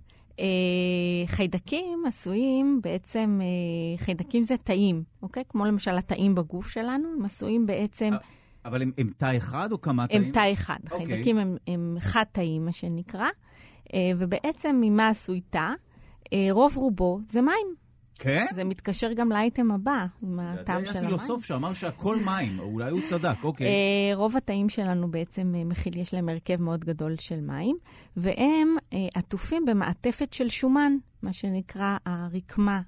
[SPEAKER 3] חיידקים עשויים בעצם, חיידקים זה תאים, אוקיי? כמו למשל התאים בגוף שלנו, הם עשויים בעצם...
[SPEAKER 2] אבל הם, הם תא אחד או כמה תאים?
[SPEAKER 3] הם תא אחד. Okay. חיידקים הם, הם חד תאים, מה שנקרא. ובעצם ממה עשוי תא? רוב רובו זה מים.
[SPEAKER 2] כן?
[SPEAKER 3] זה מתקשר גם לאייטם הבא, עם הטעם של המים.
[SPEAKER 2] היה פילוסוף שאמר שהכל מים, אולי הוא צדק, אוקיי.
[SPEAKER 3] רוב התאים שלנו בעצם מכיל, יש להם הרכב מאוד גדול של מים, והם עטופים במעטפת של שומן, מה שנקרא הרקמה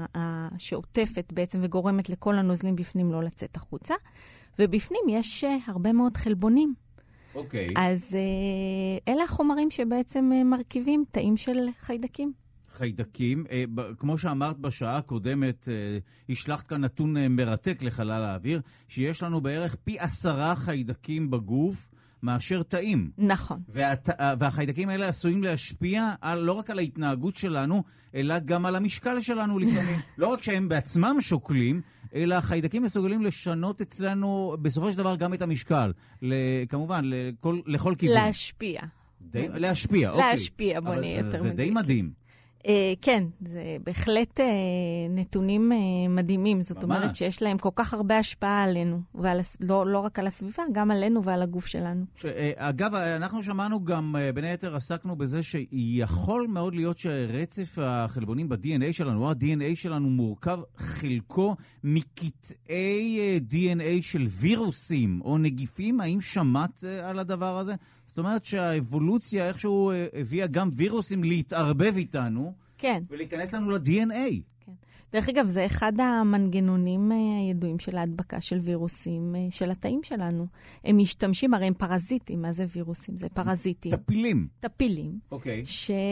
[SPEAKER 3] שעוטפת בעצם וגורמת לכל הנוזלים בפנים לא לצאת החוצה. ובפנים יש הרבה מאוד חלבונים.
[SPEAKER 2] אוקיי.
[SPEAKER 3] אז אלה החומרים שבעצם מרכיבים תאים של חיידקים.
[SPEAKER 2] חיידקים. כמו שאמרת בשעה הקודמת, השלחת כאן נתון מרתק לחלל האוויר, שיש לנו בערך פי עשרה חיידקים בגוף מאשר תאים.
[SPEAKER 3] נכון.
[SPEAKER 2] והת... והחיידקים האלה עשויים להשפיע על, לא רק על ההתנהגות שלנו, אלא גם על המשקל שלנו לפעמים. לא רק שהם בעצמם שוקלים, אלא החיידקים מסוגלים לשנות אצלנו בסופו של דבר גם את המשקל. כמובן, לכל, לכל כיוון.
[SPEAKER 3] להשפיע.
[SPEAKER 2] די, להשפיע, אוקיי.
[SPEAKER 3] להשפיע, בוא נהיה יותר מדהים.
[SPEAKER 2] זה די מדהים.
[SPEAKER 3] Uh, כן, זה בהחלט uh, נתונים uh, מדהימים. זאת ממש. אומרת שיש להם כל כך הרבה השפעה עלינו, ועל, לא, לא רק על הסביבה, גם עלינו ועל הגוף שלנו.
[SPEAKER 2] ש, uh, אגב, אנחנו שמענו גם, uh, בין היתר עסקנו בזה שיכול מאוד להיות שרצף החלבונים ב-די אן איי שלנו, או ה-די אן איי שלנו מורכב חלקו מקטעי uh, די אן איי של וירוסים או נגיפים. האם שמעת uh, על הדבר הזה? זאת אומרת שהאבולוציה איכשהו הביאה גם וירוסים להתערבב איתנו,
[SPEAKER 3] כן.
[SPEAKER 2] ולהיכנס לנו ל-די אן איי.
[SPEAKER 3] כן. דרך אגב, זה אחד המנגנונים הידועים של ההדבקה של וירוסים של התאים שלנו. הם משתמשים, הרי הם פרזיטים. מה זה וירוסים? זה פרזיטים.
[SPEAKER 2] טפילים.
[SPEAKER 3] טפילים.
[SPEAKER 2] אוקיי.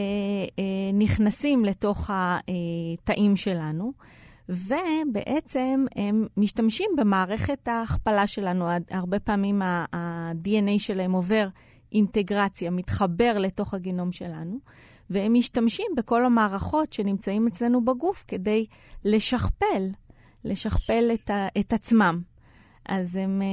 [SPEAKER 3] שנכנסים לתוך התאים שלנו, ובעצם הם משתמשים במערכת ההכפלה שלנו. הרבה פעמים ה-די אן איי שלהם עובר אינטגרציה, מתחבר לתוך הגנום שלנו, והם משתמשים בכל המערכות שנמצאים אצלנו בגוף כדי לשכפל, לשכפל את, ה, את עצמם. אז הם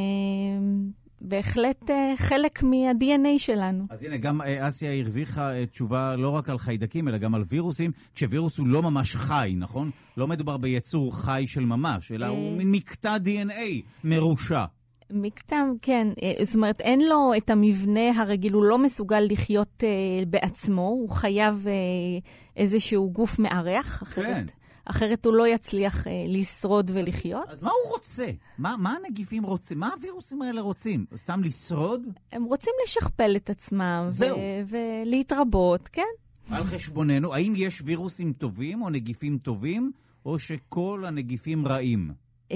[SPEAKER 3] בהחלט חלק מה-די אן איי שלנו.
[SPEAKER 2] אז הנה, גם אסיה הרוויחה תשובה לא רק על חיידקים, אלא גם על וירוסים, כשווירוס הוא לא ממש חי, נכון? לא מדובר ביצור חי של ממש, אלא הוא מין מקטע די אן איי מרושע.
[SPEAKER 3] מקטע, כן. זאת אומרת, אין לו את המבנה הרגיל, הוא לא מסוגל לחיות uh, בעצמו, הוא חייב uh, איזשהו גוף מערך, אחרת, כן. אחרת הוא לא יצליח uh, לשרוד ולחיות.
[SPEAKER 2] אז מה הוא רוצה? מה, מה הנגיפים רוצים? מה הווירוסים האלה רוצים? סתם לשרוד?
[SPEAKER 3] הם רוצים לשכפל את עצמם
[SPEAKER 2] ו-
[SPEAKER 3] ולהתרבות, כן?
[SPEAKER 2] על חשבוננו, האם יש וירוסים טובים או נגיפים טובים, או שכל הנגיפים רעים?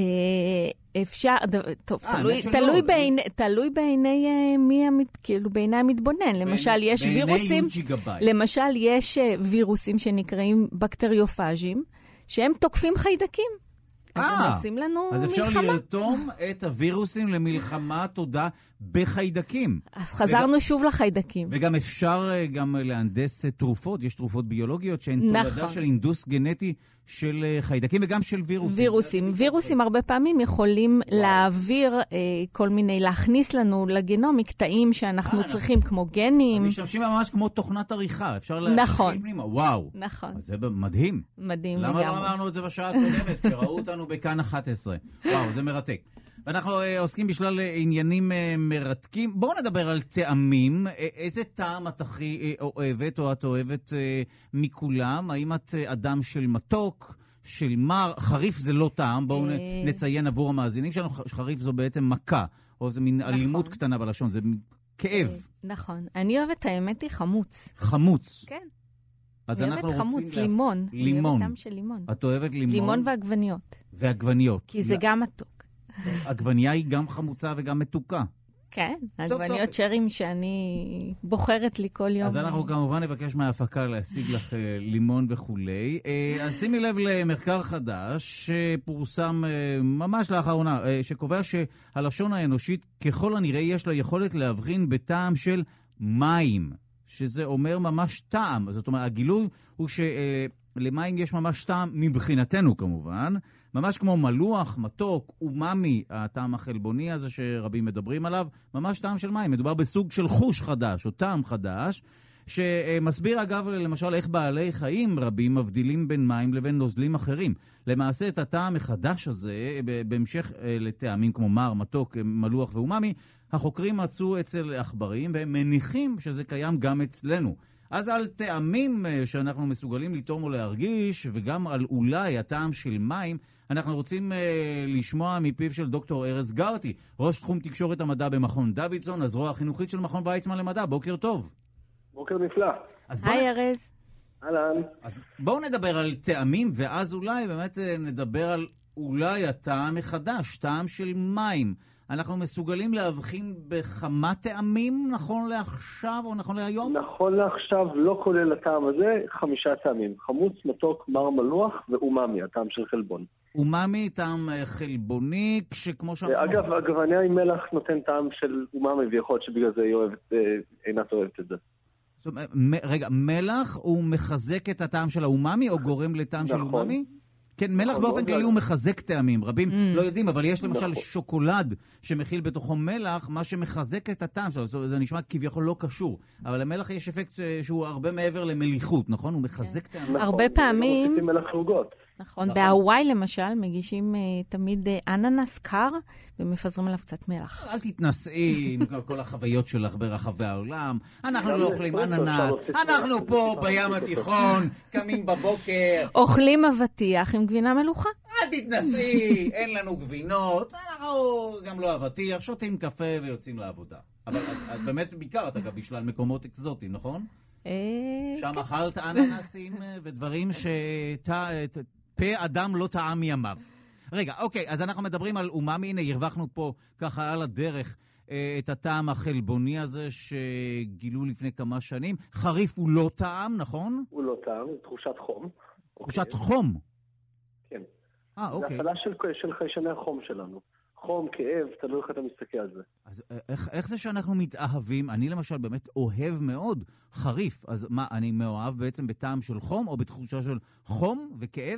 [SPEAKER 3] אפשר, טוב, תלוי בעיני, תלוי בעיני מי, כאילו בעיני המתבונן. למשל, יש וירוסים, למשל, יש וירוסים שנקראים בקטריופאז'ים, שהם תוקפים חיידקים. אז הם עושים לנו מלחמה.
[SPEAKER 2] אז אפשר לרתום את הווירוסים למלחמה תודה בחיידקים.
[SPEAKER 3] אז חזרנו שוב לחיידקים.
[SPEAKER 2] וגם אפשר גם להנדס תרופות, יש תרופות ביולוגיות שהן תולדה של אינדוס גנטי של חיידקים וגם של וירוסים.
[SPEAKER 3] וירוסים. וירוסים הרבה פעמים יכולים להעביר כל מיני, להכניס לנו לגנום מקטעים שאנחנו צריכים, כמו גנים.
[SPEAKER 2] משתמשים ממש כמו תוכנת עריכה, אפשר להשחיל פנימה. וואו.
[SPEAKER 3] נכון.
[SPEAKER 2] אז זה מדהים.
[SPEAKER 3] מדהים לגמרי.
[SPEAKER 2] למה לא אמרנו את זה בשעה הקודמת, כשראו אותנו בכאן אחת עשרה? וואו, זה מרתק. ואנחנו עוסקים בשלל עניינים מרתקים. בואו נדבר על טעמים. איזה טעם את הכי אוהבת או את אוהבת מכולם? האם את אדם של מתוק, של מר? חריף זה לא טעם. בואו נציין עבור המאזינים שלנו, חריף זו בעצם מכה, או זה מין אלימות קטנה בלשון, זה כאב.
[SPEAKER 3] נכון. אני אוהבת, האמת היא חמוץ.
[SPEAKER 2] חמוץ?
[SPEAKER 3] כן.
[SPEAKER 2] אז
[SPEAKER 3] אני אוהבת חמוץ, לימון.
[SPEAKER 2] לימון.
[SPEAKER 3] אני אוהבת טעם של לימון.
[SPEAKER 2] את אוהבת לימון?
[SPEAKER 3] לימון ועגבניות.
[SPEAKER 2] ועגבניות.
[SPEAKER 3] כי זה גם מתוק.
[SPEAKER 2] עגבנייה היא גם חמוצה וגם מתוקה.
[SPEAKER 3] כן, עגבניות שרים שאני בוחרת לי כל יום.
[SPEAKER 2] אז אנחנו כמובן נבקש מההפקה להשיג לך לימון וכולי. אז שימי לב למחקר חדש שפורסם ממש לאחרונה, שקובע שהלשון האנושית ככל הנראה יש לה יכולת להבחין בטעם של מים, שזה אומר ממש טעם. זאת אומרת, הגילוי הוא שלמים יש ממש טעם מבחינתנו כמובן, ממש כמו מלוח, מתוק, אוממי, הטעם החלבוני הזה שרבים מדברים עליו, ממש טעם של מים. מדובר בסוג של חוש חדש או טעם חדש, שמסביר אגב למשל איך בעלי חיים רבים מבדילים בין מים לבין נוזלים אחרים. למעשה את הטעם החדש הזה, בהמשך לטעמים כמו מר, מתוק, מלוח ואוממי, החוקרים מצאו אצל עכברים והם מניחים שזה קיים גם אצלנו. אז על טעמים שאנחנו מסוגלים לטעום או להרגיש, וגם על אולי הטעם של מים, אנחנו רוצים uh, לשמוע מפיו של דוקטור ארז גרטי, ראש תחום תקשורת המדע במכון דוידסון, הזרוע החינוכית של מכון ויצמן למדע. בוקר טוב.
[SPEAKER 7] בוקר נפלא.
[SPEAKER 3] היי ארז.
[SPEAKER 7] אהלן.
[SPEAKER 2] אז בואו נדבר על טעמים, ואז אולי באמת נדבר על אולי הטעם מחדש, טעם של מים. אנחנו מסוגלים להבחין בכמה טעמים נכון לעכשיו או נכון להיום?
[SPEAKER 7] נכון לעכשיו, לא כולל הטעם הזה, חמישה טעמים. חמוץ, מתוק, מר מלוח ואוממי, הטעם של חלבון.
[SPEAKER 2] אוממי, טעם חלבוני, כשכמו שאמרנו...
[SPEAKER 7] אגב, עגבנייה עם מלח נותן טעם של אוממי, ויכול להיות שבגלל זה היא אוהבת, אינת אוהבת את זה.
[SPEAKER 2] זאת אומרת, רגע, מלח הוא מחזק את הטעם של האוממי או גורם לטעם של אוממי? כן, מלח באופן כללי הוא מחזק טעמים, רבים לא יודעים, אבל יש למשל שוקולד שמכיל בתוכו מלח, מה שמחזק את הטעם שלו, זה נשמע כביכול לא קשור, אבל למלח יש אפקט שהוא הרבה מעבר למליחות, נכון? הוא מחזק טעמים.
[SPEAKER 3] הרבה פעמים...
[SPEAKER 7] מלח עוגות.
[SPEAKER 3] נכון, בהוואי למשל מגישים תמיד אננס קר ומפזרים עליו קצת מלח.
[SPEAKER 2] אל תתנסי עם כל החוויות שלך ברחבי העולם, אנחנו לא אוכלים אננס, אנחנו פה בים התיכון, קמים בבוקר.
[SPEAKER 3] אוכלים אבטיח עם גבינה מלוכה.
[SPEAKER 2] אל תתנסי, אין לנו גבינות, אנחנו גם לא אבטיח, שותים קפה ויוצאים לעבודה. אבל את באמת ביקרת אגב בשלל מקומות אקזוטיים, נכון? שם אכלת אננסים ודברים שפה אדם לא טעם מימיו. רגע, אוקיי, אז אנחנו מדברים על אוממי, הנה הרווחנו פה ככה על הדרך את הטעם החלבוני הזה שגילו לפני כמה שנים. חריף הוא לא טעם, נכון?
[SPEAKER 7] הוא לא טעם, זה תחושת חום.
[SPEAKER 2] תחושת חום?
[SPEAKER 7] כן.
[SPEAKER 2] אה, אוקיי.
[SPEAKER 7] זה הפעלה של חיישני החום שלנו. חום, כאב, תלוי איך אתה מסתכל על זה.
[SPEAKER 2] אז איך, איך זה שאנחנו מתאהבים? אני למשל באמת אוהב מאוד חריף. אז מה, אני מאוהב בעצם בטעם של חום או בתחושה של חום וכאב?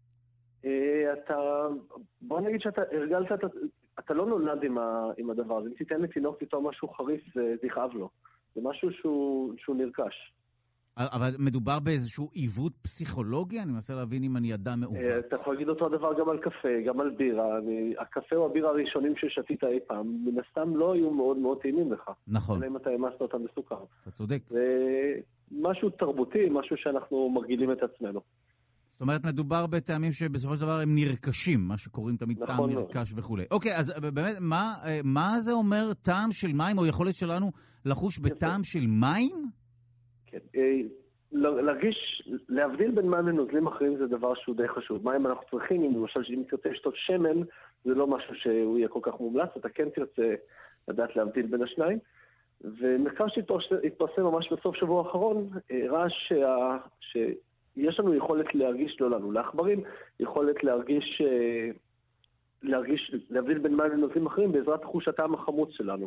[SPEAKER 7] אתה, בוא נגיד שאתה הרגלת, אתה, אתה לא נולד עם, ה, עם הדבר הזה. אם תיתן לתינוק פתאום משהו חריף, זה יכאב לו. זה משהו שהוא, שהוא נרכש.
[SPEAKER 2] אבל מדובר באיזשהו עיוות פסיכולוגי? אני מנסה להבין אם אני אדם מעוות.
[SPEAKER 7] אתה יכול להגיד אותו הדבר גם על קפה, גם על בירה. אני, הקפה או הבירה הראשונים ששתית אי פעם, מן הסתם לא היו מאוד מאוד טעימים לך.
[SPEAKER 2] נכון.
[SPEAKER 7] אלא אם אתה המסת אותם בסוכר.
[SPEAKER 2] אתה צודק.
[SPEAKER 7] זה משהו תרבותי, משהו שאנחנו מרגילים את עצמנו.
[SPEAKER 2] זאת אומרת, מדובר בטעמים שבסופו של דבר הם נרכשים, מה שקוראים תמיד נכון טעם נרכש וכו'. אוקיי, אז באמת, מה, מה זה אומר טעם של מים, או יכולת שלנו לחוש בטעם של מים?
[SPEAKER 7] כן. להרגיש, להבדיל בין מים לנוזלים אחרים זה דבר שהוא די חשוב. מים אנחנו צריכים, אם למשל אם תרצה לשתות שמן, זה לא משהו שהוא יהיה כל כך מומלץ, אתה כן תרצה לדעת להבדיל בין השניים. ומחקר שהתפרסם ממש בסוף שבוע האחרון, הראה שה... שיש לנו יכולת להרגיש, לא לנו, לעכברים, יכולת להרגיש, להרגיש, להבדיל בין מים לנוזלים אחרים בעזרת תחוש הטעם החמוץ שלנו.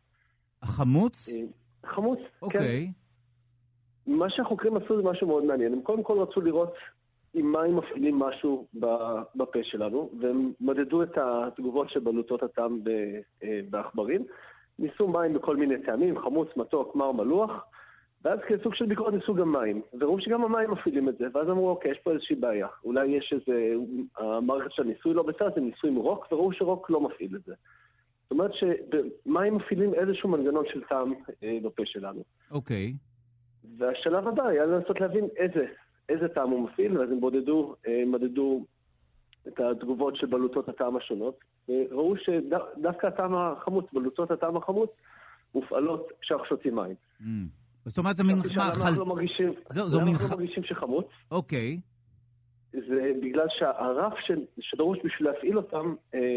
[SPEAKER 2] החמוץ?
[SPEAKER 7] חמוץ,
[SPEAKER 2] אוקיי.
[SPEAKER 7] כן. מה שהחוקרים עשו זה משהו מאוד מעניין. הם קודם כל רצו לראות אם מים מפעילים משהו בפה שלנו, והם מדדו את התגובות של בלוטות הטעם בעכברים. ניסו מים בכל מיני טעמים, חמוץ, מתוק, מר, מלוח, ואז כסוג של ביקורת ניסו גם מים. וראו שגם המים מפעילים את זה, ואז אמרו, אוקיי, יש פה איזושהי בעיה. אולי יש איזה, המערכת של הניסוי לא בסדר, זה ניסוי עם רוק, וראו שרוק לא מפעיל את זה. זאת אומרת שמים מפעילים איזשהו מנגנון של טעם בפה שלנו.
[SPEAKER 2] אוקיי.
[SPEAKER 7] והשלב הבא היה לנסות להבין איזה, איזה טעם הוא מפעיל, ואז הם בודדו, מדדו את התגובות של בלוטות הטעם השונות, וראו שדווקא הטעם החמוץ, בלוטות הטעם החמוץ, מופעלות כשאנחנו שותים מים.
[SPEAKER 2] זאת אומרת, זה מין חמץ.
[SPEAKER 7] אנחנו לא מרגישים, אנחנו לא מרגישים שחמוץ.
[SPEAKER 2] אוקיי.
[SPEAKER 7] זה בגלל שהרף שדרוש בשביל להפעיל אותם,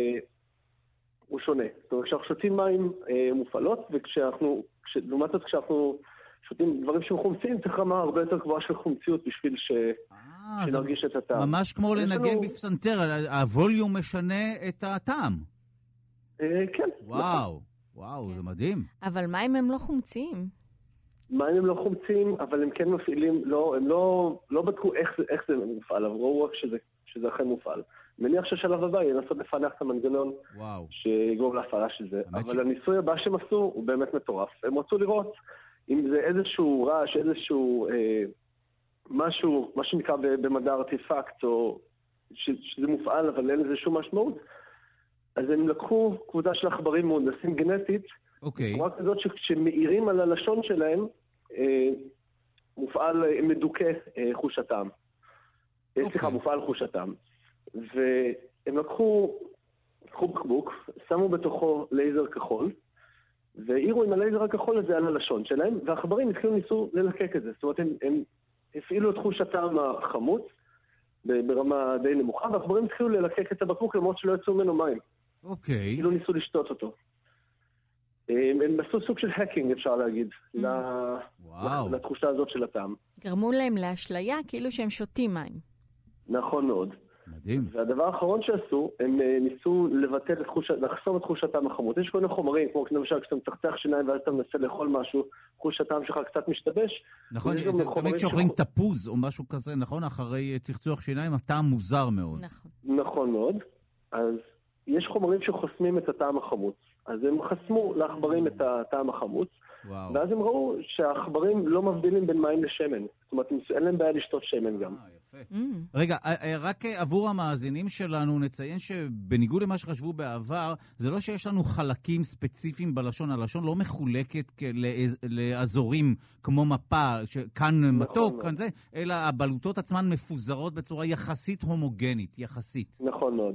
[SPEAKER 7] הוא שונה. זאת אומרת, כשאנחנו שותים מים מופעלות, וכשאנחנו, לעומת זאת כשאנחנו שותים דברים שהם חומצים, צריך רמה הרבה יותר גבוהה של חומציות בשביל שנרגיש את הטעם.
[SPEAKER 2] ממש כמו לנגן בפסנתר, הווליום משנה את הטעם.
[SPEAKER 7] כן.
[SPEAKER 2] וואו, וואו, זה מדהים.
[SPEAKER 3] אבל מים הם לא חומציים.
[SPEAKER 7] מים הם לא חומציים, אבל הם כן מפעילים, הם לא בדקו איך זה מופעל, אבל ראו רק שזה אכן מופעל. מניח שהשלב הבא יהיה לנסות לפענח את המנגנון שיגרום להפעלה של זה. אבל הניסוי הבא שהם עשו הוא באמת מטורף. הם רצו לראות אם זה איזשהו רעש, איזשהו אה, משהו, מה שנקרא במדע ארטיפקט, או ש, שזה מופעל אבל אין לזה שום משמעות, אז הם לקחו קבוצה של עכברים מהונדסים גנטית,
[SPEAKER 2] אוקיי.
[SPEAKER 7] רק כזאת שכשמאירים על הלשון שלהם, אה, מופעל מדוכא אה, חוש הטעם. אוקיי. סליחה, מופעל חוש הטעם. והם לקחו, לקחו בקבוק, שמו בתוכו לייזר כחול, והעירו עם הלייזר הכחול הזה על הלשון שלהם, והעכברים התחילו ניסו ללקק את זה. זאת אומרת, הם, הם הפעילו את חוש הטעם החמוץ ברמה די נמוכה, והעכברים התחילו ללקק את הבקבוק למרות שלא יצאו ממנו מים.
[SPEAKER 2] אוקיי.
[SPEAKER 7] כאילו ניסו לשתות אותו. הם, הם עשו סוג של הקינג, אפשר להגיד, mm. לתחושה הזאת של הטעם.
[SPEAKER 3] גרמו להם לאשליה כאילו שהם שותים מים.
[SPEAKER 7] נכון מאוד.
[SPEAKER 2] מדהים.
[SPEAKER 7] והדבר האחרון שעשו, הם ניסו לבטל את תחוש, לחסום את תחוש הטעם החמוץ. יש כל מיני חומרים, כמו למשל כשאתה מצחצח שיניים ואז אתה מנסה לאכול משהו, תחוש הטעם שלך קצת משתבש.
[SPEAKER 2] נכון, תמיד כשאוכלים תפוז או משהו כזה, נכון? אחרי צחצוח שיניים, הטעם מוזר מאוד.
[SPEAKER 3] נכון.
[SPEAKER 7] נכון מאוד. אז יש חומרים שחוסמים את הטעם החמוץ. אז הם חסמו לעכברים את הטעם החמוץ, וואו. ואז הם ראו שהעכברים לא מבדילים בין מים לשמן. זאת אומרת, אין להם בעיה לשתות שמן גם.
[SPEAKER 2] Mm. רגע, רק עבור המאזינים שלנו נציין שבניגוד למה שחשבו בעבר, זה לא שיש לנו חלקים ספציפיים בלשון. הלשון לא מחולקת לאזורים כמו מפה, כאן מתוק, כאן זה, אלא הבלוטות עצמן מפוזרות בצורה יחסית הומוגנית, יחסית.
[SPEAKER 7] נכון מאוד.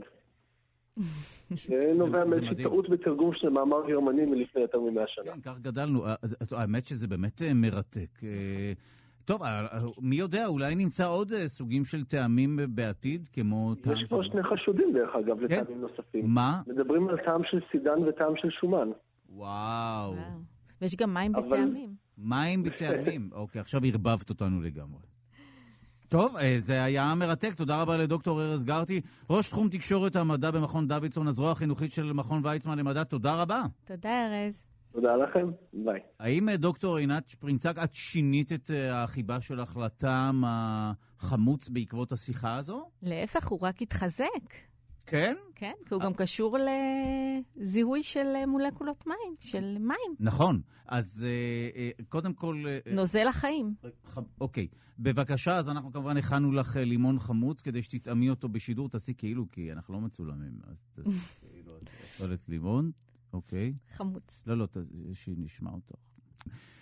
[SPEAKER 7] זה נובע מאיזושהי טעות בתרגום של מאמר גרמני מלפני יותר ממאה שנה.
[SPEAKER 2] כן, כך גדלנו. האמת שזה באמת מרתק. טוב, מי יודע, אולי נמצא עוד סוגים של טעמים בעתיד, כמו טעם...
[SPEAKER 7] יש פה שני חשודים, דרך אגב, לטעמים נוספים.
[SPEAKER 2] מה?
[SPEAKER 7] מדברים על טעם של סידן וטעם של שומן.
[SPEAKER 2] וואו.
[SPEAKER 3] ויש גם מים בטעמים.
[SPEAKER 2] מים בטעמים. אוקיי, עכשיו הרבבת אותנו לגמרי. טוב, זה היה מרתק. תודה רבה לדוקטור ארז גרטי, ראש תחום תקשורת המדע במכון דוידסון, הזרוע החינוכית של מכון ויצמן למדע. תודה רבה.
[SPEAKER 3] תודה, ארז.
[SPEAKER 7] תודה לכם, ביי.
[SPEAKER 2] האם דוקטור עינת שפרינצק, את שינית את החיבה של החלטם החמוץ בעקבות השיחה הזו?
[SPEAKER 3] להפך, הוא רק התחזק.
[SPEAKER 2] כן?
[SPEAKER 3] כן, כי הוא גם קשור לזיהוי של מולקולות מים, של מים.
[SPEAKER 2] נכון, אז קודם כל...
[SPEAKER 3] נוזל החיים.
[SPEAKER 2] אוקיי, בבקשה, אז אנחנו כמובן הכנו לך לימון חמוץ, כדי שתטעמי אותו בשידור, תעשי כאילו, כי אנחנו לא מצולמים, אז תעשי כאילו, את אוכלת לימון. אוקיי.
[SPEAKER 3] חמוץ.
[SPEAKER 2] לא, לא, שנשמע אותך.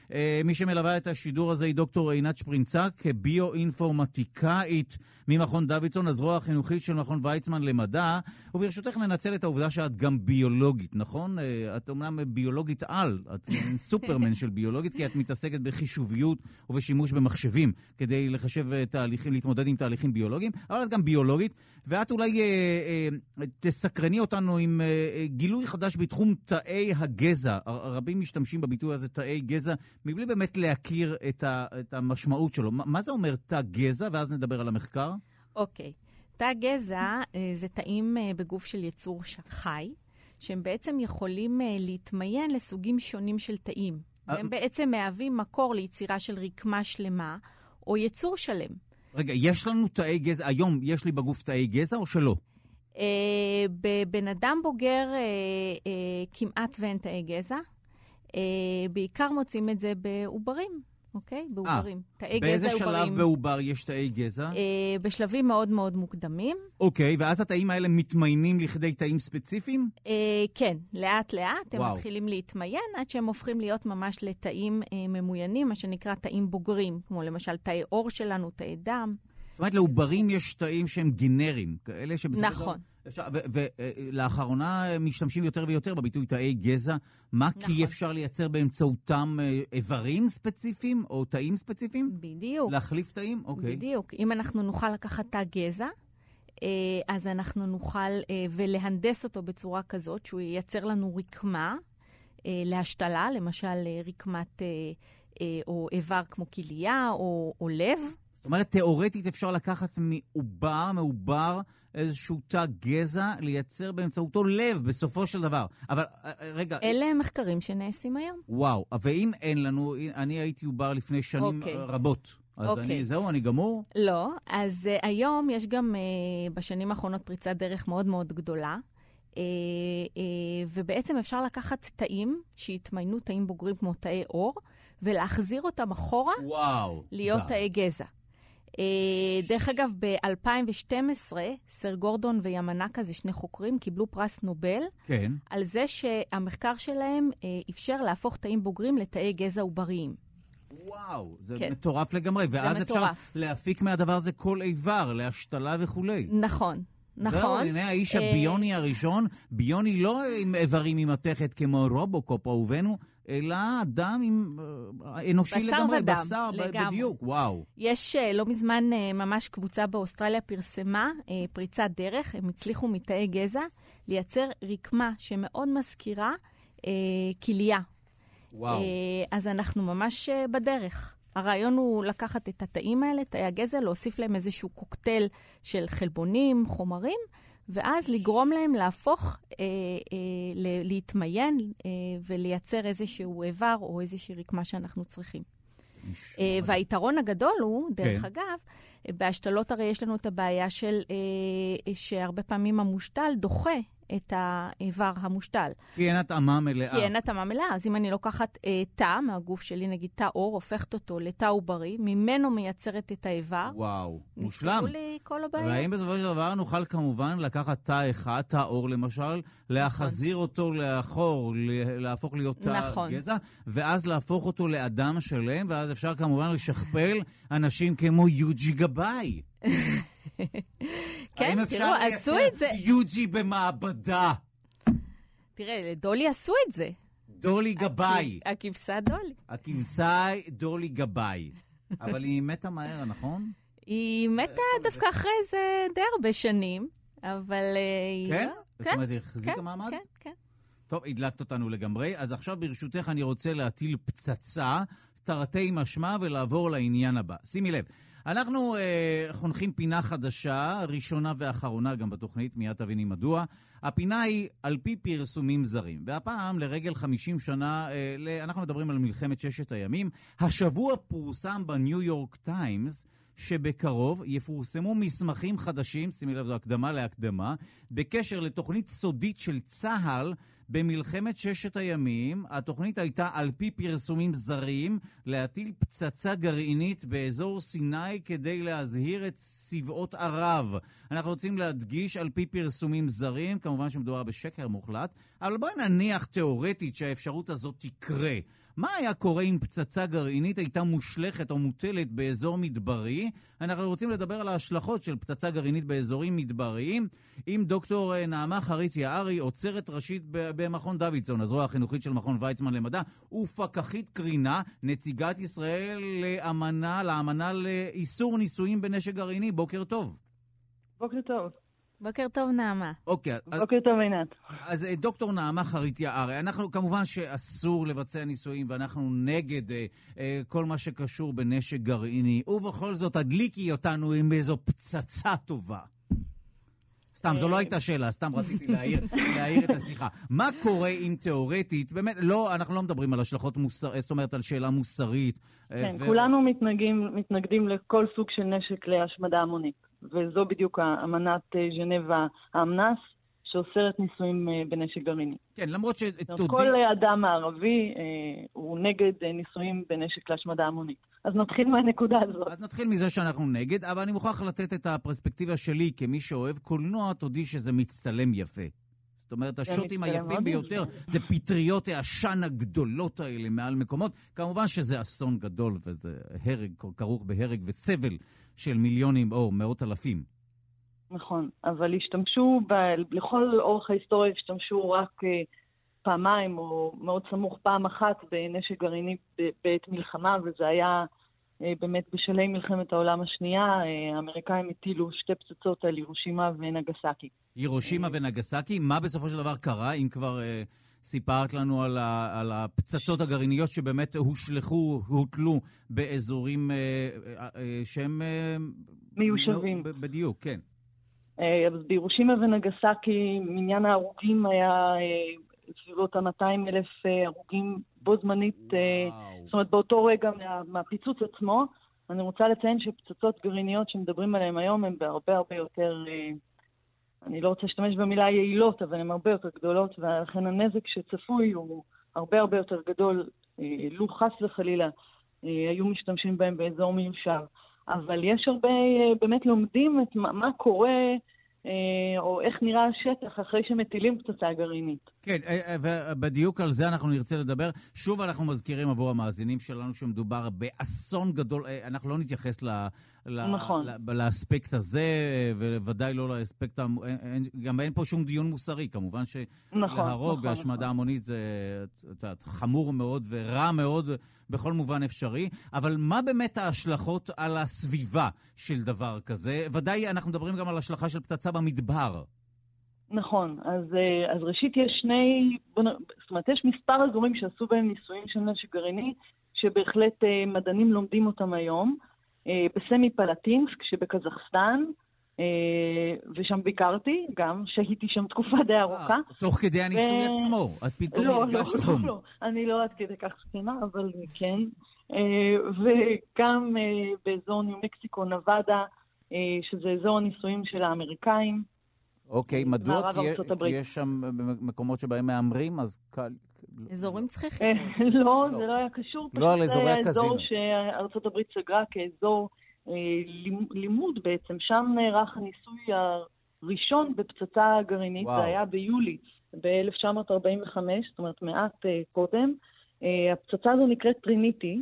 [SPEAKER 2] מי שמלווה את השידור הזה היא דוקטור עינת שפרינצק, ביו-אינפורמטיקאית ממכון דוידסון, הזרוע החינוכית של מכון ויצמן למדע, וברשותך ננצל את העובדה שאת גם ביולוגית, נכון? את אומנם ביולוגית על, את סופרמן של ביולוגית, כי את מתעסקת בחישוביות ובשימוש במחשבים, כדי לחשב תהליכים, להתמודד עם תהליכים ביולוגיים, אבל את גם ביולוגית, ואת אולי אה, אה, תסקרני אותנו עם אה, גילוי חדש בתחום תאי הגזע. רבים משתמשים בביטוי הזה, תאי גזע, מבלי באמת להכיר את, ה, את המשמעות שלו. מה, מה זה אומר תא גזע? ואז נדבר על המחקר.
[SPEAKER 3] אוקיי. תא גזע אה, זה תאים אה, בגוף של יצור חי, שהם בעצם יכולים אה, להתמיין לסוגים שונים של תאים. והם בעצם מהווים מקור ליצירה של רקמה שלמה, או יצור שלם.
[SPEAKER 2] רגע, יש לנו תאי גזע, היום יש לי בגוף תאי גזע או שלא?
[SPEAKER 3] אה, בבן אדם בוגר אה, אה, כמעט ואין תאי גזע. אה, בעיקר מוצאים את זה בעוברים, אוקיי? בעוברים. תאי
[SPEAKER 2] באיזה
[SPEAKER 3] גזע
[SPEAKER 2] שלב
[SPEAKER 3] עוברים.
[SPEAKER 2] בעובר יש תאי גזע?
[SPEAKER 3] אה, בשלבים מאוד מאוד מוקדמים.
[SPEAKER 2] אוקיי, ואז התאים האלה מתמיינים לכדי תאים ספציפיים?
[SPEAKER 3] אה, כן, לאט לאט הם
[SPEAKER 2] וואו.
[SPEAKER 3] מתחילים להתמיין עד שהם הופכים להיות ממש לתאים אה, ממוינים, מה שנקרא תאים בוגרים, כמו למשל תאי עור שלנו, תאי דם.
[SPEAKER 2] זאת אומרת, לעוברים יש תאים שהם גנריים, כאלה שבסדר...
[SPEAKER 3] נכון.
[SPEAKER 2] ולאחרונה משתמשים יותר ויותר בביטוי תאי גזע. מה?
[SPEAKER 3] נכון.
[SPEAKER 2] כי אפשר לייצר באמצעותם אה, איברים ספציפיים או תאים ספציפיים?
[SPEAKER 3] בדיוק.
[SPEAKER 2] להחליף תאים? אוקיי.
[SPEAKER 3] בדיוק. אם אנחנו נוכל לקחת תא גזע, אה, אז אנחנו נוכל אה, ולהנדס אותו בצורה כזאת, שהוא ייצר לנו רקמה אה, להשתלה, למשל אה, רקמת אה, אה, או איבר כמו כליה או, או לב.
[SPEAKER 2] זאת אומרת, תיאורטית אפשר לקחת מעובר, מעובר, איזשהו תא גזע, לייצר באמצעותו לב בסופו של דבר. אבל, רגע...
[SPEAKER 3] אלה מחקרים שנעשים היום.
[SPEAKER 2] וואו, ואם אין לנו, אני הייתי עובר לפני שנים
[SPEAKER 3] אוקיי.
[SPEAKER 2] רבות. אז
[SPEAKER 3] אוקיי.
[SPEAKER 2] אני, זהו, אני גמור?
[SPEAKER 3] לא, אז uh, היום יש גם uh, בשנים האחרונות פריצת דרך מאוד מאוד גדולה, uh, uh, ובעצם אפשר לקחת תאים שהתמיינו תאים בוגרים כמו תאי עור, ולהחזיר אותם אחורה
[SPEAKER 2] וואו,
[SPEAKER 3] להיות
[SPEAKER 2] וואו.
[SPEAKER 3] תאי גזע. Uh, דרך אגב, ב-אלפיים ושתים עשרה, סר גורדון וימנקה, זה שני חוקרים, קיבלו פרס נובל,
[SPEAKER 2] כן.
[SPEAKER 3] על זה שהמחקר שלהם uh, אפשר להפוך תאים בוגרים לתאי גזע עובריים.
[SPEAKER 2] וואו, זה
[SPEAKER 3] כן.
[SPEAKER 2] מטורף לגמרי. ואז אפשר
[SPEAKER 3] מטורף.
[SPEAKER 2] להפיק מהדבר הזה כל איבר, להשתלה וכולי.
[SPEAKER 3] נכון, נכון.
[SPEAKER 2] זהו, הנה האיש הביוני הראשון, ביוני לא עם איברים ממתכת כמו רובוקופ אהובנו, אלא אדם עם אנושי
[SPEAKER 3] בשר
[SPEAKER 2] לגמרי,
[SPEAKER 3] ודם,
[SPEAKER 2] בשר
[SPEAKER 3] לגמרי.
[SPEAKER 2] בדיוק, וואו.
[SPEAKER 3] יש לא מזמן ממש קבוצה באוסטרליה פרסמה פריצת דרך, הם הצליחו מתאי גזע לייצר רקמה שמאוד מזכירה כליה.
[SPEAKER 2] וואו.
[SPEAKER 3] אז אנחנו ממש בדרך. הרעיון הוא לקחת את התאים האלה, תאי הגזע, להוסיף להם איזשהו קוקטייל של חלבונים, חומרים, ואז לגרום להם להפוך, אה, אה, להתמיין אה, ולייצר איזשהו איבר או איזושהי רקמה שאנחנו צריכים. אה, והיתרון הגדול הוא, דרך כן. אגב, בהשתלות הרי יש לנו את הבעיה של אה, שהרבה פעמים המושתל דוחה את האיבר המושתל.
[SPEAKER 2] כי אין התאמה מלאה.
[SPEAKER 3] כי אין התאמה מלאה. אז אם אני לוקחת אה, תא מהגוף שלי, נגיד תא אור, הופכת אותו לתא עוברי, ממנו מייצרת את האיבר.
[SPEAKER 2] וואו, מושלם.
[SPEAKER 3] נפתרו לי כל הבעיה.
[SPEAKER 2] והאם בסופו של דבר נוכל כמובן לקחת תא אחד, תא אור למשל, להחזיר אותו לאחור, להפוך להיות תא
[SPEAKER 3] נכון.
[SPEAKER 2] גזע, ואז להפוך אותו לאדם שלם, ואז אפשר כמובן לשכפל אנשים כמו יוג'י גבאי.
[SPEAKER 3] כן, תראו, עשו את זה.
[SPEAKER 2] יוג'י במעבדה.
[SPEAKER 3] תראה, לדולי עשו את זה.
[SPEAKER 2] דולי גבאי.
[SPEAKER 3] הכבשה דולי.
[SPEAKER 2] הכבשה דולי גבאי. אבל היא מתה מהר, נכון?
[SPEAKER 3] היא מתה דווקא אחרי זה די הרבה שנים, אבל...
[SPEAKER 2] כן? זאת אומרת, היא החזיקה מעמד?
[SPEAKER 3] כן, כן.
[SPEAKER 2] טוב, הדלקת אותנו לגמרי. אז עכשיו ברשותך אני רוצה להטיל פצצה, תרתי משמע, ולעבור לעניין הבא. שימי לב. אנחנו אה, חונכים פינה חדשה, ראשונה ואחרונה גם בתוכנית, מיד תביני מדוע. הפינה היא על פי פרסומים זרים. והפעם, לרגל חמישים שנה, אה, אנחנו מדברים על מלחמת ששת הימים. השבוע פורסם בניו יורק טיימס, שבקרוב יפורסמו מסמכים חדשים, שימי לב, זו הקדמה להקדמה, בקשר לתוכנית סודית של צה"ל, במלחמת ששת הימים. התוכנית הייתה על פי פרסומים זרים להטיל פצצה גרעינית באזור סיני כדי להזהיר את צבאות ערב. אנחנו רוצים להדגיש על פי פרסומים זרים, כמובן שמדובר בשקר מוחלט, אבל בואי נניח תיאורטית שהאפשרות הזאת תקרה. מה היה קורה אם פצצה גרעינית הייתה מושלכת או מוטלת באזור מדברי? אנחנו רוצים לדבר על ההשלכות של פצצה גרעינית באזורים מדבריים, עם דוקטור נעמה חריט יערי, עוצרת ראשית במכון דוידסון, הזרוע החינוכית של מכון ויצמן למדע, ופקחית קרינה, נציגת ישראל לאמנה, לאמנה לאיסור ניסויים בנשק גרעיני. בוקר טוב.
[SPEAKER 8] בוקר טוב.
[SPEAKER 3] בוקר טוב, נעמה.
[SPEAKER 2] אוקיי.
[SPEAKER 8] בוקר טוב, עינת.
[SPEAKER 2] אז דוקטור נעמה חריט יערי, אנחנו כמובן שאסור לבצע ניסויים, ואנחנו נגד אה, אה, כל מה שקשור בנשק גרעיני, ובכל זאת הדליקי אותנו עם איזו פצצה טובה. סתם, זו לא הייתה שאלה, סתם רציתי להעיר, להעיר את השיחה. מה קורה אם תיאורטית, באמת, לא, אנחנו לא מדברים על השלכות מוסריות, זאת אומרת על שאלה מוסרית.
[SPEAKER 8] כן, ו... כולנו מתנגדים, מתנגדים לכל סוג של נשק להשמדה המונית. וזו בדיוק האמנת ז'נבה האמנס, שאוסרת ניסויים בנשק גרעיני.
[SPEAKER 2] כן, למרות ש...
[SPEAKER 8] כל אדם הערבי הוא נגד ניסויים בנשק להשמדה המונית. אז נתחיל מהנקודה הזאת.
[SPEAKER 2] אז נתחיל מזה שאנחנו נגד, אבל אני מוכרח לתת את הפרספקטיבה שלי כמי שאוהב קולנוע, תודי שזה מצטלם יפה. זאת אומרת, השוטים היפים ביותר זה פטריות העשן הגדולות האלה מעל מקומות. כמובן שזה אסון גדול, וזה הרג, כרוך בהרג וסבל של מיליונים או מאות אלפים.
[SPEAKER 8] נכון, אבל השתמשו, ב- לכל אורך ההיסטוריה השתמשו רק uh, פעמיים או מאוד סמוך פעם אחת בנשק גרעיני ב- בעת מלחמה, וזה היה uh, באמת בשלהי מלחמת העולם השנייה. uh, האמריקאים הטילו שתי פצצות על הירושימה ונגסקי. הירושימה
[SPEAKER 2] ונגסקי? מה בסופו של דבר קרה, אם כבר uh, סיפרת לנו על, ה- על הפצצות הגרעיניות שבאמת הושלחו, הוטלו באזורים uh, uh, uh, שהם... Uh,
[SPEAKER 8] מיושבים.
[SPEAKER 2] ב- בדיוק, כן.
[SPEAKER 8] אז בירושימה ונגסקי מניין ההרוגים היה סביבות ה-מאתיים אלף הרוגים בו זמנית, זאת אומרת באותו רגע מה, מהפיצוץ עצמו. אני רוצה לציין שפצצות גרעיניות שמדברים עליהן היום הן בהרבה הרבה יותר, אני לא רוצה להשתמש במילה יעילות, אבל הן הרבה יותר גדולות, ולכן הנזק שצפוי הוא הרבה הרבה יותר גדול, לו חס וחלילה היו משתמשים בהם באזור מיושב. אבל יש הרבה, באמת לומדים את מה, מה קורה, או איך נראה השטח אחרי שמטילים פצצה גרעינית.
[SPEAKER 2] כן, ובדיוק על זה אנחנו נרצה לדבר. שוב אנחנו מזכירים עבור המאזינים שלנו שמדובר באסון גדול. אנחנו לא נתייחס ל,
[SPEAKER 8] נכון.
[SPEAKER 2] ל, לאספקט הזה, וודאי לא לאספקט, גם אין פה שום דיון מוסרי. כמובן שלהרוג נכון, בהשמדה נכון. המונית זה חמור מאוד ורע מאוד בכל מובן אפשרי. אבל מה באמת ההשלכות על הסביבה של דבר כזה? ודאי אנחנו מדברים גם על השלכה של פצצה במדבר.
[SPEAKER 8] נכון, אז, אז ראשית יש שני, זאת אומרת, יש מספר אזורים שעשו בהם ניסויים של נשק גרעיני, שבהחלט מדענים לומדים אותם היום, בסמי פלטינסק שבקזחסטן, ושם ביקרתי, גם שהייתי שם תקופה די ארוכה.
[SPEAKER 2] תוך כדי הניסוי עצמו, את פתאום הרגשת חום.
[SPEAKER 8] לא, לא, אני לא עד כדי כך סכימה, אבל כן. וגם באזור ניו מקסיקו, נבדה, שזה אזור הניסויים של האמריקאים.
[SPEAKER 2] אוקיי, מדוע? כי יש שם מקומות שבהם מאמרים, אז קל...
[SPEAKER 3] אזורים צחיחים.
[SPEAKER 8] לא, זה לא היה קשור.
[SPEAKER 2] לא על אזורי הקזינו.
[SPEAKER 8] זה האזור שארצות הברית סגרה כאזור לימוד בעצם. שם נערך הניסוי הראשון בפצצה גרעינית, זה היה ביולי ב-אלף תשע מאות ארבעים וחמש, זאת אומרת מעט קודם. הפצצה הזו נקראת טריניטי,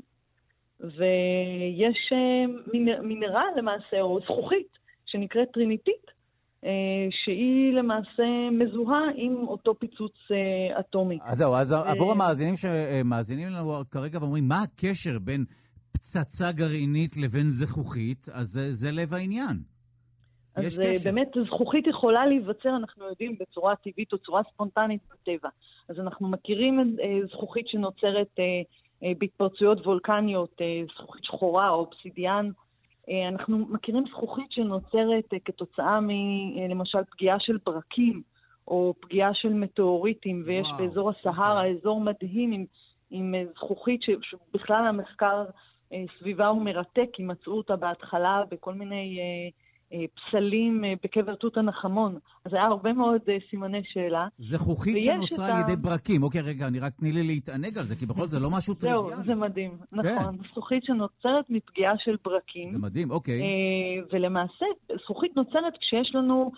[SPEAKER 8] ויש מינרל למעשה, או זכוכית, שנקראת טריניטית, שהיא למעשה מזוהה עם אותו פיצוץ אטומי.
[SPEAKER 2] אז זהו, אז עבור המאזינים שמאזינים לנו כרגע ואומרים, מה הקשר בין פצצה גרעינית לבין זכוכית? אז זה לב העניין.
[SPEAKER 8] אז באמת זכוכית יכולה להיווצר, אנחנו יודעים, בצורה טבעית או צורה ספונטנית בטבע. אז אנחנו מכירים זכוכית שנוצרת בהתפרצויות וולקניות, זכוכית שחורה או אובסידיאן. אנחנו מכירים זכוכית שנוצרת כתוצאה מלמשל פגיעה של ברקים או פגיעה של מטאוריטים, ויש וואו, באזור הסהרה, okay. אזור מדהים עם, עם זכוכית שבכלל המחקר סביבה הוא מרתק, כי מצאו אותה בהתחלה בכל מיני פסלים בקבר תות הנחמון. אז היה הרבה מאוד סימני שאלה.
[SPEAKER 2] זכוכית שנוצרה על ידי ברקים. אוקיי, רגע, אני רק תני לי להתענג על זה, כי בכל זה לא משהו טריוויאלי.
[SPEAKER 8] זהו, זה מדהים. נכון. זכוכית שנוצרת מפגיעה של ברקים.
[SPEAKER 2] זה מדהים, אוקיי.
[SPEAKER 8] ולמעשה, זכוכית נוצרת כשיש לנו,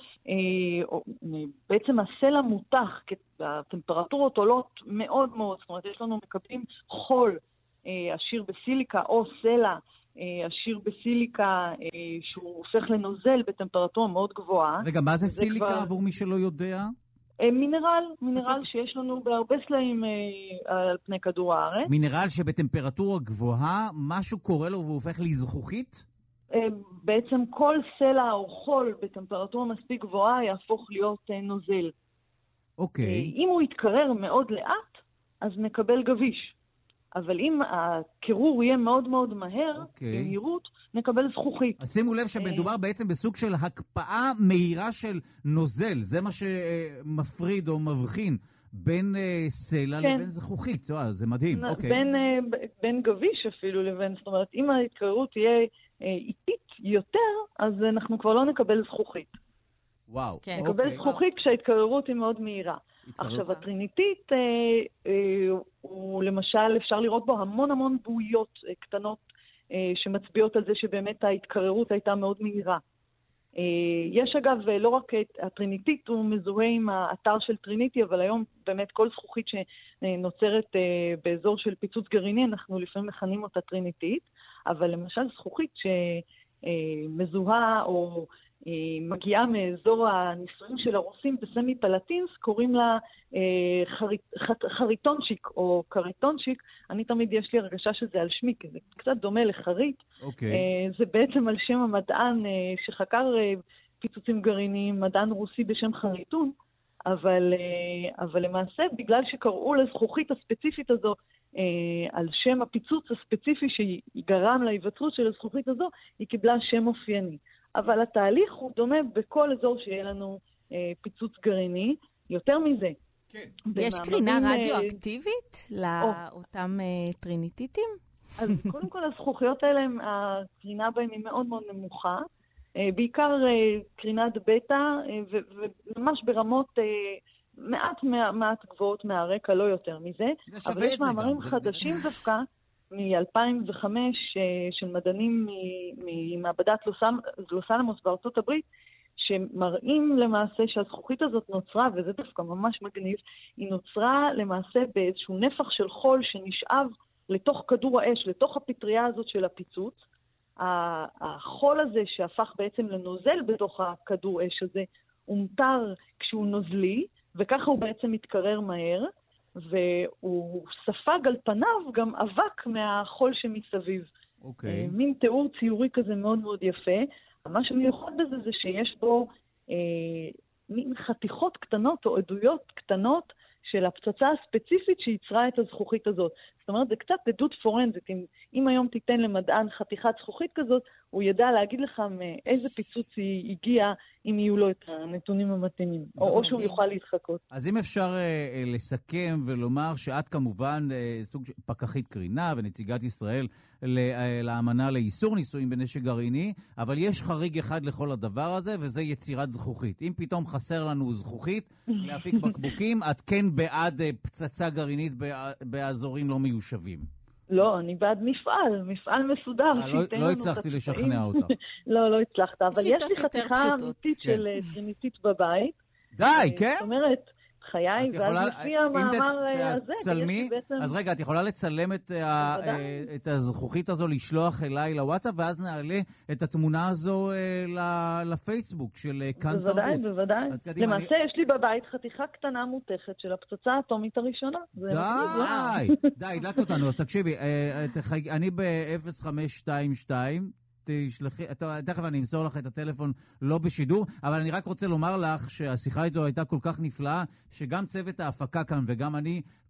[SPEAKER 8] בעצם הסלע מותח, הטמפרטורות עולות מאוד מאוד. זאת אומרת, יש לנו מקבלים חול עשיר בסיליקה או סלע, עשיר בסיליקה שהוא הופך לנוזל בטמפרטורה מאוד גבוהה.
[SPEAKER 2] רגע, מה זה סיליקה עבור מי שלא יודע?
[SPEAKER 8] מינרל, מינרל שיש לנו בהרבה סלעים על פני כדור הארץ.
[SPEAKER 2] מינרל שבטמפרטורה גבוהה, משהו קורה לו והוא הופך לזכוכית?
[SPEAKER 8] בעצם כל סלע או חול בטמפרטורה מספיק גבוהה יהפוך להיות נוזל.
[SPEAKER 2] אוקיי.
[SPEAKER 8] אם הוא יתקרר מאוד לאט, אז נקבל גביש. אבל אם הקירור יהיה מאוד מאוד מהר, במהירות, נקבל זכוכית.
[SPEAKER 2] אז שימו לב שמדובר בעצם בסוג של הקפאה מהירה של נוזל. זה מה שמפריד או מבחין בין סלע לבין זכוכית. זה מדהים.
[SPEAKER 8] בין גביש אפילו לבין, זאת אומרת, אם ההתקררות תהיה איטית יותר, אז אנחנו כבר לא נקבל זכוכית.
[SPEAKER 2] וואו.
[SPEAKER 8] נקבל זכוכית כשההתקררות היא מאוד מהירה. עכשיו, הטריניטית, אה, אה, הוא למשל, אפשר לראות בו המון המון בועיות אה, קטנות אה, שמצביעות על זה שבאמת ההתקררות הייתה מאוד מהירה. אה, יש אגב, לא רק הטריניטית, הוא מזוהה עם האתר של טריניטי, אבל היום באמת כל זכוכית שנוצרת אה, באזור של פיצוץ גרעיני, אנחנו לפעמים מכנים אותה טריניטית, אבל למשל זכוכית שמזוהה אה, או היא מגיעה מאזור הניסויים של הרוסים בסמי פלטינס, קוראים לה אה, חריט, ח, חריטונשיק או קריטונשיק. אני תמיד יש לי הרגשה שזה על שמי, כי זה קצת דומה לחריט.
[SPEAKER 2] Okay.
[SPEAKER 8] אה, זה בעצם על שם המדען אה, שחקר אה, פיצוצים גרעיניים, מדען רוסי בשם חריטון, אבל, אה, אבל למעשה בגלל שקראו לזכוכית הספציפית הזו, אה, על שם הפיצוץ הספציפי שגרם להיווצרות של הזכוכית הזו, היא קיבלה שם אופייני. אבל התהליך הוא דומה בכל אזור שיהיה לנו אה, פיצוץ גרעיני. יותר מזה.
[SPEAKER 3] כן. יש קרינה רדיואקטיבית לאותם אה, טריניטיטים?
[SPEAKER 8] אז קודם כל, הזכוכיות האלה, הקרינה בהם היא מאוד מאוד נמוכה. אה, בעיקר אה, קרינת בטא, אה, וממש ברמות אה, מעט, מעט גבוהות מהרקע, לא יותר מזה. אבל יש מאמרים חדשים דווקא, מ-אלפיים וחמש של מדענים ממעבדת לוס אלמוס בארצות הברית, שמראים למעשה שהזכוכית הזאת נוצרה, וזה דווקא ממש מגניב, היא נוצרה למעשה באיזשהו נפח של חול שנשאב לתוך כדור האש, לתוך הפטריה הזאת של הפיצוץ. החול הזה שהפך בעצם לנוזל בתוך הכדור אש הזה, הוא מותר כשהוא נוזלי, וככה הוא בעצם מתקרר מהר, והוא ספג על פניו גם אבק מהחול שמסביב.
[SPEAKER 2] אוקיי.
[SPEAKER 8] Okay. מין תיאור ציורי כזה מאוד מאוד יפה. מה שמיוחד בזה זה שיש בו אה, מין חתיכות קטנות או עדויות קטנות של הפצצה הספציפית שיצרה את הזכוכית הזאת. זאת אומרת, זה קצת עדות פורנזית. אם, אם היום תיתן למדען חתיכת זכוכית כזאת, הוא ידע להגיד לך מאיזה פיצוץ היא הגיעה, אם יהיו לו את הנתונים המתאימים, או, או שהוא יוכל להתחקות.
[SPEAKER 2] אז אם אפשר אה, לסכם ולומר שאת כמובן אה, סוג פקחית קרינה ונציגת ישראל לאמנה לאיסור ניסויים בנשק גרעיני, אבל יש חריג אחד לכל הדבר הזה, וזה יצירת זכוכית. אם פתאום חסר לנו זכוכית להפיק בקבוקים, את כן בעד פצצה גרעינית באזורים לא מיושבים.
[SPEAKER 8] לא, אני בעד מפעל, מפעל מסודר.
[SPEAKER 2] לא הצלחתי לשכנע אותך.
[SPEAKER 8] לא, לא הצלחת, אבל יש לי חתיכה אמיתית של טריניטית בבית.
[SPEAKER 2] די, כן?
[SPEAKER 8] זאת אומרת, חיי, ואז לפי המאמר הזה,
[SPEAKER 2] אז רגע, את יכולה לצלם את הזכוכית הזו, לשלוח אליי לוואטסאפ, ואז נעלה את התמונה הזו לפייסבוק של כאן תרבות.
[SPEAKER 8] בוודאי, בוודאי. למעשה יש לי בבית חתיכה קטנה מותכת של הפצצה האטומית הראשונה.
[SPEAKER 2] די, די, הדלקת אותנו. אז תקשיבי, אני ב-אפס חמש שתיים שתיים, תשלחי, תכף אני אמסור לך את הטלפון לא בשידור, אבל אני רק רוצה לומר לך שהשיחה איתו הייתה כל כך נפלאה, שגם צוות ההפקה כאן וגם אני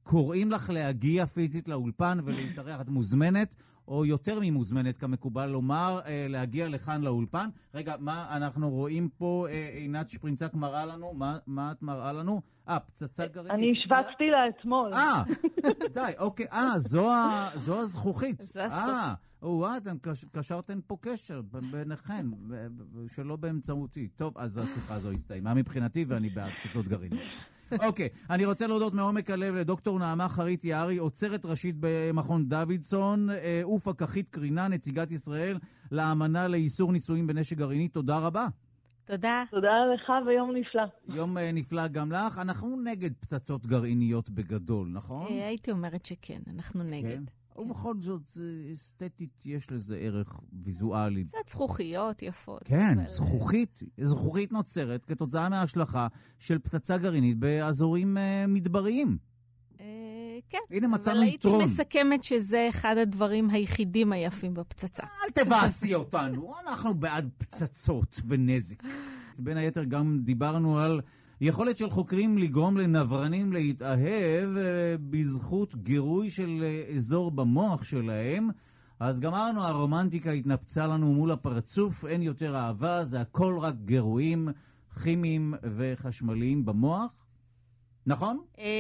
[SPEAKER 2] קוראים לך להגיע פיזית לאולפן ולהתארח. את מוזמנת, או יותר ממוזמנת, כמקובל לומר, להגיע לכאן לאולפן. רגע, מה אנחנו רואים פה? עינת שפרינצק מראה לנו? מה, מה את מראה לנו? אה, פצצה גרעינית.
[SPEAKER 8] אני השווצתי לה אתמול.
[SPEAKER 2] אה, די, אוקיי. אה, זו, זו הזכוכית.
[SPEAKER 3] זו הזכוכית.
[SPEAKER 2] אה, או, אתם קשרתם פה קשר ביניכן, שלא באמצעותי. טוב, אז השיחה הזו הסתיימה מבחינתי, ואני בעד פצצות גרעיניות. אוקיי, אני רוצה להודות מעומק הלב לדוקטור נעמה חרית יערי, עוצרת ראשית במכון דוידסון, ופקחית קרינה, נציגת ישראל לאמנה לאיסור ניסויים בנשק גרעיני. תודה רבה.
[SPEAKER 3] תודה.
[SPEAKER 8] תודה לך ויום נפלא.
[SPEAKER 2] יום נפלא גם לך. אנחנו נגד פצצות גרעיניות בגדול, נכון?
[SPEAKER 3] הייתי אומרת שכן, אנחנו נגד.
[SPEAKER 2] ובכל זאת, אסתטית, יש לזה ערך ויזואלי.
[SPEAKER 3] קצת זכוכיות יפות.
[SPEAKER 2] כן, זכוכית. זכוכית נוצרת כתוצאה מההשלכה של פצצה גרעינית באזורים מדבריים.
[SPEAKER 3] כן,
[SPEAKER 2] הנה מצאנו יתרון.
[SPEAKER 3] אבל הייתי מסכמת שזה אחד הדברים היחידים היפים בפצצה.
[SPEAKER 2] אל תבאסי אותנו, אנחנו בעד פצצות ונזק. בין היתר גם דיברנו על יכולת של חוקרים לגרום לנברנים להתאהב בזכות גירוי של אזור במוח שלהם. אז גמרנו, הרומנטיקה התנפצה לנו מול הפרצוף, אין יותר אהבה, זה הכל רק גירויים כימיים וחשמליים במוח. נכון?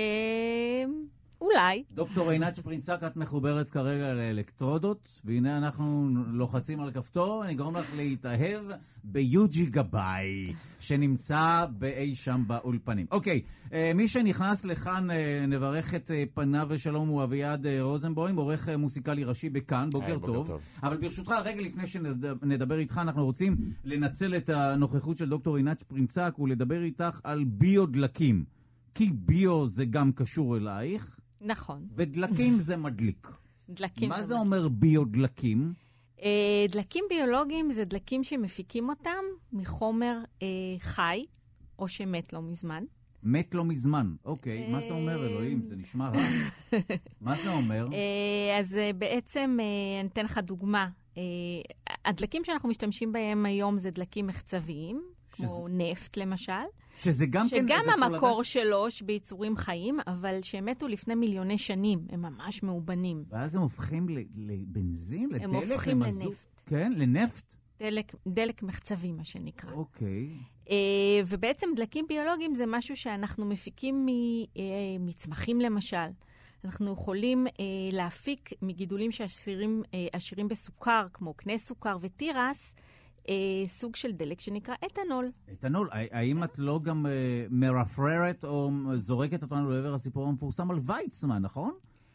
[SPEAKER 3] אולי.
[SPEAKER 2] דוקטור עינת שפרינצק, את מחוברת כרגע לאלקטרודות, והנה אנחנו לוחצים על כפתור, אני גורם לך להתאהב ביוג'י גבאי, שנמצא באי שם באולפנים. אוקיי, מי שנכנס לכאן, נברך את פניו ושלום, הוא אביעד רוזנבוים, עורך מוסיקלי ראשי בכאן, בוקר טוב. אבל ברשותך, רגע לפני שנדבר איתך, אנחנו רוצים לנצל את הנוכחות של דוקטור עינת שפרינצק, ולדבר איתך על ביודלקים. כי ביו זה גם קשור אלייך.
[SPEAKER 3] נכון.
[SPEAKER 2] ודלקים זה מדליק.
[SPEAKER 3] דלקים
[SPEAKER 2] מה זה אומר ביודלקים?
[SPEAKER 3] דלקים ביולוגיים זה דלקים שמפיקים אותם מחומר חי, או שמת לא מזמן.
[SPEAKER 2] מת לא מזמן, אוקיי. מה זה אומר, אלוהים? זה נשמע רע. מה זה אומר?
[SPEAKER 3] אז בעצם, אני אתן לך דוגמה. הדלקים שאנחנו משתמשים בהם היום זה דלקים מחצביים, כמו נפט למשל.
[SPEAKER 2] שזה גם כן...
[SPEAKER 3] שגם המקור שלו ביצורים חיים, אבל שהם מתו לפני מיליוני שנים. הם ממש מאובנים.
[SPEAKER 2] ואז הם הופכים לבנזין, לדלק,
[SPEAKER 3] הם הופכים לנפט.
[SPEAKER 2] כן, לנפט?
[SPEAKER 3] דלק, דלק מחצבי, מה שנקרא.
[SPEAKER 2] אוקיי.
[SPEAKER 3] ובעצם דלקים ביולוגיים זה משהו שאנחנו מפיקים מצמחים למשל. אנחנו יכולים להפיק מגידולים שעשירים בסוכר, כמו קנה סוכר וטירס, אה, סוג של דלק שנקרא אתנול.
[SPEAKER 2] אתנול, האם את לא גם אה, מרפררת או זורקת אותנו לעבר הסיפור המפורסם על ויצמן, נכון?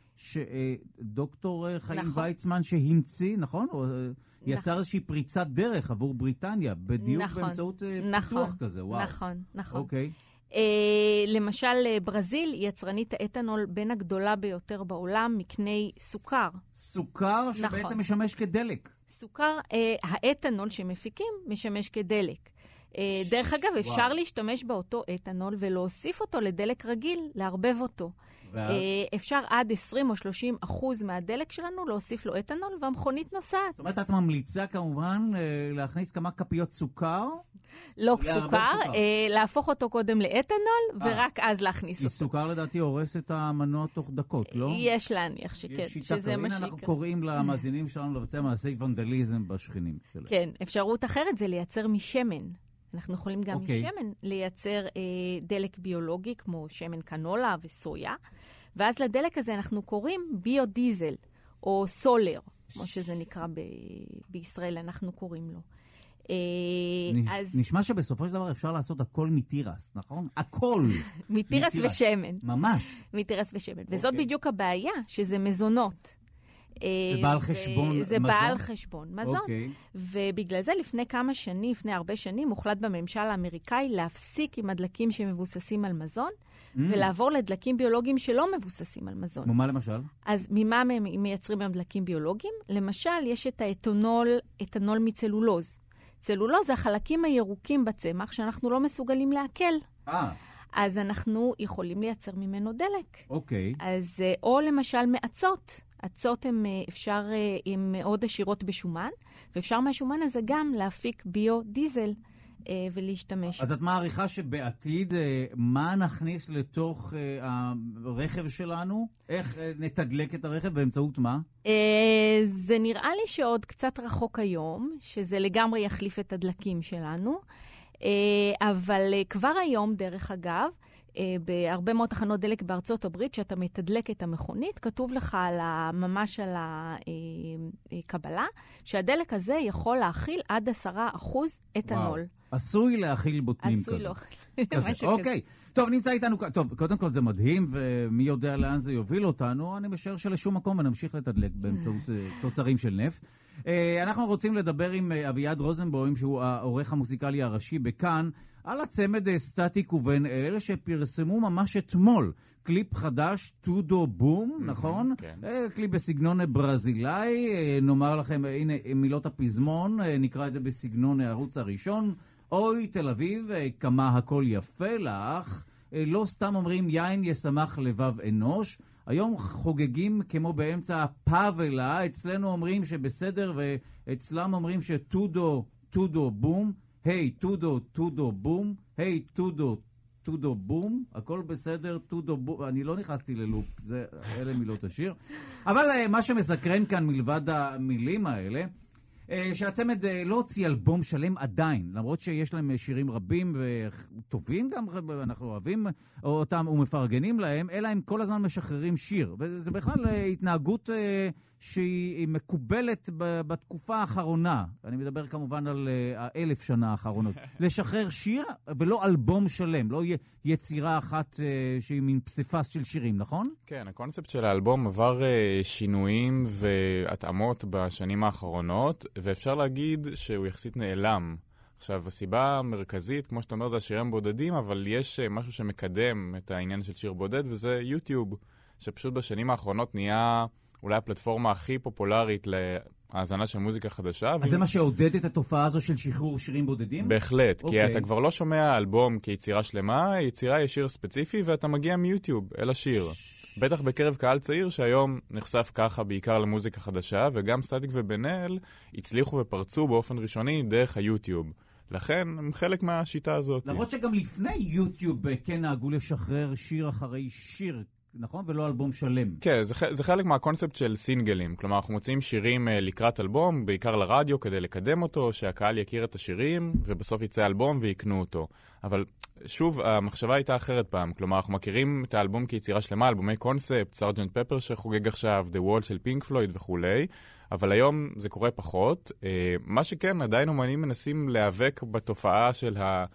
[SPEAKER 2] שדוקטור אה, חיים נכון. ויצמן שהמציא, נכון? או אה, יצר נכון. איזושהי פריצת דרך עבור בריטניה, בדיוק נכון. באמצעות אה,
[SPEAKER 3] נכון.
[SPEAKER 2] פיתוח כזה, וואו.
[SPEAKER 3] נכון, נכון.
[SPEAKER 2] אוקיי.
[SPEAKER 3] Uh, למשל, ברזיל היא יצרנית האתנול בין הגדולה ביותר בעולם מקני סוכר.
[SPEAKER 2] סוכר שבעצם נכון. משמש כדלק.
[SPEAKER 3] סוכר, uh, האתנול שמפיקים משמש כדלק. Uh, דרך אגב, וואו. אפשר להשתמש באותו אתנול ולהוסיף אותו לדלק רגיל, לערבב אותו. ואז? Uh, אפשר עד עשרים או שלושים אחוז מהדלק שלנו להוסיף לו אתנול, והמכונית נוסעת. זאת
[SPEAKER 2] אומרת, את ממליצה כמובן uh, להכניס כמה כפיות סוכר?
[SPEAKER 3] לא סוכר, uh, להפוך אותו קודם לאתנול, 아, ורק אז להכניס
[SPEAKER 2] כי
[SPEAKER 3] אותו.
[SPEAKER 2] כי סוכר לדעתי הורס את המנוע תוך דקות, לא?
[SPEAKER 3] יש להניח שכן, שזה מה שיקרה.
[SPEAKER 2] אנחנו קוראים למאזינים שלנו לבצע מעשי ונדליזם בשכנים.
[SPEAKER 3] כן, אפשרות אחרת זה לייצר משמן. אנחנו יכולים גם okay. משמן לייצר אה, דלק ביולוגי, כמו שמן קנולה וסויה, ואז לדלק הזה אנחנו קוראים ביודיזל, או סולר, כמו שזה נקרא ב- בישראל, אנחנו קוראים לו. אה,
[SPEAKER 2] נש-
[SPEAKER 3] אז...
[SPEAKER 2] נשמע שבסופו של דבר אפשר לעשות הכל מתירס, נכון? הכל!
[SPEAKER 3] מתירס ושמן.
[SPEAKER 2] ממש.
[SPEAKER 3] מתירס ושמן. Okay. וזאת בדיוק הבעיה, שזה מזונות.
[SPEAKER 2] זה בעל חשבון מזון?
[SPEAKER 3] זה בעל חשבון מזון.
[SPEAKER 2] Okay.
[SPEAKER 3] ובגלל זה לפני כמה שנים, לפני הרבה שנים, הוחלט בממשל האמריקאי להפסיק עם הדלקים שמבוססים על מזון, mm. ולעבור לדלקים ביולוגיים שלא מבוססים על מזון.
[SPEAKER 2] ומה למשל?
[SPEAKER 3] אז ממה הם מייצרים הם דלקים ביולוגיים? למשל, יש את האתנול, אתנול מצלולוז. צלולוז זה החלקים הירוקים בצמח שאנחנו לא מסוגלים לעכל.
[SPEAKER 2] אה.
[SPEAKER 3] אז אנחנו יכולים לייצר ממנו דלק.
[SPEAKER 2] אוקיי.
[SPEAKER 3] Okay. אז, או למשל מעצות. עצות הן אפשר, הן מאוד עשירות בשומן, ואפשר מהשומן הזה גם להפיק ביודיזל, ולהשתמש.
[SPEAKER 2] אז את מעריכה שבעתיד מה נכניס לתוך הרכב שלנו? איך נתדלק את הרכב באמצעות מה?
[SPEAKER 3] זה נראה לי שעוד קצת רחוק היום, שזה לגמרי יחליף את הדלקים שלנו, אבל כבר היום, דרך אגב, בהרבה מאוד תחנות דלק בארצות הברית, שאתה מתדלק את המכונית, כתוב לך על ה, ממש על הקבלה, שהדלק הזה יכול להכיל עד עשרה אחוז אתנול.
[SPEAKER 2] עשוי להכיל בוטנים כזה.
[SPEAKER 3] עשוי להכיל.
[SPEAKER 2] אוקיי. טוב, נמצא איתנו, טוב, קודם כל זה מדהים, ומי יודע לאן זה יוביל אותנו, אני משער שלשום מקום ונמשיך לתדלק באמצעות תוצרים של נפט. אנחנו רוצים לדבר עם אביעד רוזנבוים, שהוא העורך המוזיקלי הראשי בכאן, על הצמד סטטיק ובן אל, שפרסמו ממש אתמול קליפ חדש, טודו בום, נכון?
[SPEAKER 9] כן.
[SPEAKER 2] קליפ בסגנון ברזילאי, נאמר לכם, הנה מילות הפזמון, נקרא את זה בסגנון הערוץ הראשון, אוי תל אביב, כמה הכל יפה לך, לא סתם אומרים יין ישמח לבב אנוש, היום חוגגים כמו באמצע הפאבלה, אצלנו אומרים שבסדר, ואצלם אומרים שטודו, טודו בום, היי, טודו, טודו בום, היי, טודו, טודו בום, הכל בסדר, טודו בום, אני לא נכנסתי ללופ, זה, אלה מילות השיר. אבל מה שמסקרן כאן מלבד המילים האלה, שהצמד לא הוציא אלבום שלם עדיין, למרות שיש להם שירים רבים וטובים גם, אנחנו אוהבים אותם ומפרגנים להם, אלא הם כל הזמן משחררים שיר. וזה בכלל התנהגות שהיא מקובלת בתקופה האחרונה. אני מדבר כמובן על האלף שנה האחרונות. לשחרר שיר ולא אלבום שלם, לא יצירה אחת שהיא מין פסיפס של שירים, נכון?
[SPEAKER 9] כן, הקונספט של האלבום עבר שינויים והתאמות בשנים האחרונות, ואפשר להגיד שהוא יחסית נעלם. עכשיו, הסיבה המרכזית, כמו שאתה אומר, זה השירים בודדים, אבל יש משהו שמקדם את העניין של שיר בודד, וזה יוטיוב, שפשוט בשנים האחרונות נהיה אולי הפלטפורמה הכי פופולרית להאזנה של מוזיקה חדשה.
[SPEAKER 2] אז ו... זה מה שעודד את התופעה הזו של שחרור שירים בודדים?
[SPEAKER 9] בהחלט,
[SPEAKER 2] okay.
[SPEAKER 9] כי אתה כבר לא שומע אלבום כיצירה שלמה, יצירה יש שיר ספציפי, ואתה מגיע מיוטיוב אל השיר. בטח בקרב קהל צעיר שהיום נחשף ככה בעיקר למוזיקה חדשה, וגם סטטיק ובן אל הצליחו ופרצו באופן ראשוני דרך היוטיוב. לכן הם חלק מהשיטה הזאת.
[SPEAKER 2] למרות שגם לפני יוטיוב כן נהגו לשחרר שיר אחרי שיר, נכון? ולא אלבום שלם.
[SPEAKER 9] כן, זה, זה חלק מהקונספט של סינגלים. כלומר, אנחנו מוצאים שירים לקראת אלבום, בעיקר לרדיו, כדי לקדם אותו, שהקהל יכיר את השירים, ובסוף יצא אלבום ויקנו אותו. אבל שוב, המחשבה הייתה אחרת פעם. כלומר, אנחנו מכירים את האלבום כיצירה שלמה, אלבומי קונספט, סארג'נט פפר שחוגג עכשיו, The Wall של פינק פלויד וכולי. אבל היום זה קורה פחות. מה שכן, עדיין אומנים מנסים להיאבק בתופעה של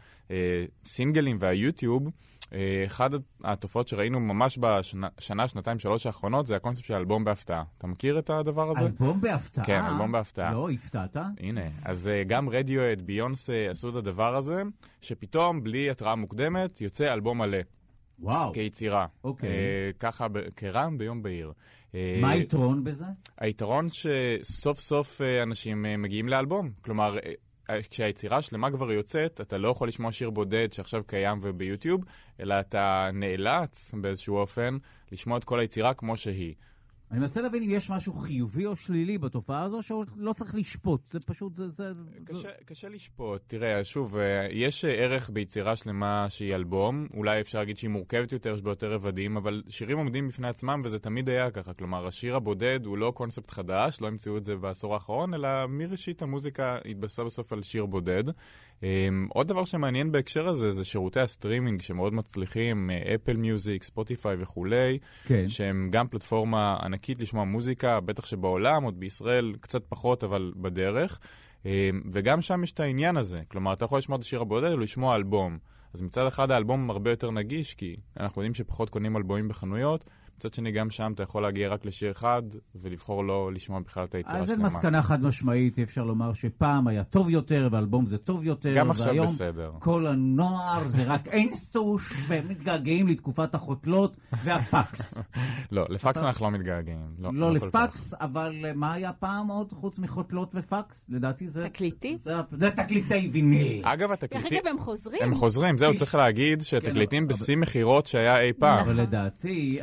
[SPEAKER 9] הסינגלים והיוטיוב. אחד התופעות שראינו ממש בשנה, שנתיים, שלוש האחרונות, זה הקונספט של אלבום בהפתעה. אתה מכיר את הדבר הזה?
[SPEAKER 2] אלבום בהפתעה?
[SPEAKER 9] כן, אלבום בהפתעה.
[SPEAKER 2] לא, הפתעת?
[SPEAKER 9] הנה, אז גם רדיואד, ביונסה עשו את הדבר הזה, שפתאום, בלי התראה מוקדמת, יוצא אלבום מלא.
[SPEAKER 2] וואו.
[SPEAKER 9] כיצירה.
[SPEAKER 2] אוקיי.
[SPEAKER 9] ככה, כרם ביום בהיר.
[SPEAKER 2] מה היתרון בזה?
[SPEAKER 9] היתרון שסוף סוף אנשים מגיעים לאלבום. כלומר, כשהיצירה שלמה כבר יוצאת, אתה לא יכול לשמוע שיר בודד שעכשיו קיים וביוטיוב, אלא אתה נאלץ באיזשהו אופן לשמוע את כל היצירה כמו שהיא.
[SPEAKER 2] אני מנסה להבין אם יש משהו חיובי או שלילי בתופעה הזו, שלא צריך לשפוט. זה פשוט, זה... זה...
[SPEAKER 9] קשה, קשה לשפוט. תראה, שוב, יש ערך ביצירה שלמה שהיא אלבום. אולי אפשר להגיד שהיא מורכבת יותר, יש בה יותר רבדים, אבל שירים עומדים בפני עצמם, וזה תמיד היה ככה. כלומר, השיר הבודד הוא לא קונספט חדש, לא המציאו את זה בעשור האחרון, אלא מראשית המוזיקה התבססה בסוף על שיר בודד. Um, עוד דבר שמעניין בהקשר הזה זה שירותי הסטרימינג שמאוד מצליחים, אפל מיוזיק, ספוטיפיי וכולי,
[SPEAKER 2] כן.
[SPEAKER 9] שהם גם פלטפורמה ענקית לשמוע מוזיקה, בטח שבעולם, עוד בישראל קצת פחות, אבל בדרך. Um, וגם שם יש את העניין הזה, כלומר, אתה יכול לשמוע את השיר הבודד או לשמוע אלבום. אז מצד אחד האלבום הרבה יותר נגיש, כי אנחנו יודעים שפחות קונים אלבומים בחנויות, מצד שני, גם שם אתה יכול להגיע רק לשיר אחד, ולבחור לא לשמוע בכלל את היצירה שלמה.
[SPEAKER 2] אז זה מסקנה חד משמעית, אפשר לומר שפעם היה טוב יותר, ואלבום זה טוב יותר.
[SPEAKER 9] גם עכשיו בסדר.
[SPEAKER 2] כל הנוער זה רק אינסטוש, והם מתגעגעים לתקופת החוטלות, והפקס.
[SPEAKER 9] לא, לפקס אנחנו לא מתגעגעים.
[SPEAKER 2] לא לפקס, אבל מה היה פעם עוד חוץ מחוטלות ופקס? לדעתי זה...
[SPEAKER 3] תקליטי?
[SPEAKER 2] זה תקליטי ויניל.
[SPEAKER 9] אגב, התקליטים...
[SPEAKER 3] אגב, הם חוזרים.
[SPEAKER 9] הם חוזרים, זהו, צריך להגיד שהתקליטים בשיא מחירות שהיה אי פעם.
[SPEAKER 2] אבל לדעתי, אתה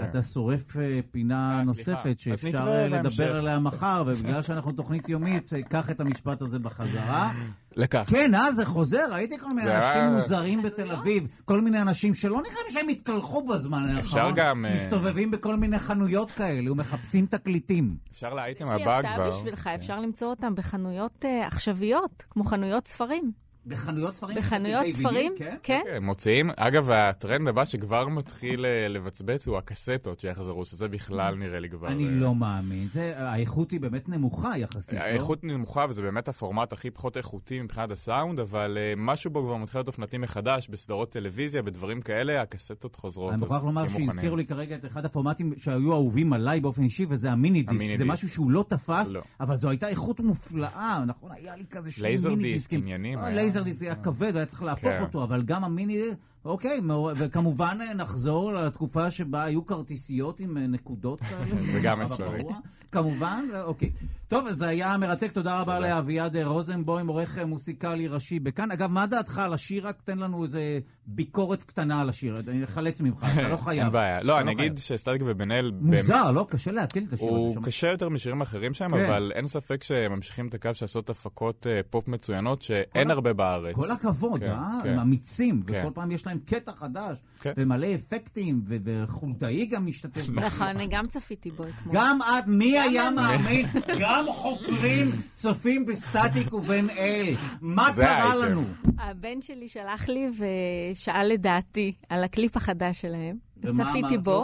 [SPEAKER 2] שורף פינה נוספת שאפשר לדבר עליה מחר, ובגלל שאנחנו תוכנית יומית, קח את המשפט הזה בחזרה.
[SPEAKER 9] לקח.
[SPEAKER 2] כן, אה, זה חוזר. ראיתי כל מיני אנשים מוזרים בתל אביב, כל מיני אנשים שלא נראים שהם התקלחו בזמן האחרון. מסתובבים בכל מיני חנויות כאלה ומחפשים תקליטים.
[SPEAKER 9] אפשר לאייטם הבא כבר.
[SPEAKER 3] יש לי הפתעה בשבילך, אפשר למצוא אותם בחנויות עכשוויות, כמו חנויות ספרים.
[SPEAKER 2] בחנויות ספרים?
[SPEAKER 3] בחנויות ספרים, כן.
[SPEAKER 9] מוציאים. אגב, הטרנד הבא שכבר מתחיל לבצבץ הוא הקסטות שיחזרו, שזה בכלל נראה לי כבר...
[SPEAKER 2] אני לא מאמין. האיכות היא באמת נמוכה יחסית, לא?
[SPEAKER 9] האיכות נמוכה, וזה באמת הפורמט הכי פחות איכותי מבחינת הסאונד, אבל משהו בו כבר מתחיל להיות אופנתי מחדש, בסדרות טלוויזיה, בדברים כאלה, הקסטות חוזרות.
[SPEAKER 2] אני מוכרח לומר שהזכירו לי כרגע את אחד הפורמטים שהיו אהובים עליי באופן אישי, וזה המיני דיסק. זה משהו שהוא לא תפס, אבל זו הייתה איכות מופלאה. נכון, היה לי כזה שני מיני דיסקים. לייזר דיסק היה כבד, היה צריך להפוך אותו, אבל גם המיני, אוקיי, וכמובן נחזור לתקופה שבה היו כרטיסיות עם נקודות כאלה.
[SPEAKER 9] זה גם אפשרי.
[SPEAKER 2] כמובן, אוקיי. טוב, זה היה מרתק, תודה רבה לאביעד רוזנבוים, עורך מוסיקלי ראשי בכאן. אגב, מה דעתך על השיר? רק תן לנו איזה ביקורת קטנה על השיר, אני אחלץ ממך, אתה לא חייב.
[SPEAKER 9] אין בעיה. לא, אני אגיד שסטטיק ובן אל...
[SPEAKER 2] מוזר, לא? קשה להתקיל את השיר.
[SPEAKER 9] הוא קשה יותר משירים אחרים שם, אבל אין ספק שממשיכים את הקו שעשות הפקות פופ מצוינות שאין הרבה בארץ.
[SPEAKER 2] כל הכבוד, אה? הם אמיצים, וכל פעם יש להם קטע חדש, ומלא אפקטים, וחולדאי גם משתתף.
[SPEAKER 3] נכון, אני גם צפיתי בו אתמול.
[SPEAKER 2] גם את, מי היה מאמין? גם חוקרים צופים בסטטיק ובן אל. מה קרה לנו?
[SPEAKER 3] הבן שלי שלח לי ושאל לדעתי על הקליפ החדש שלהם. צפיתי בו.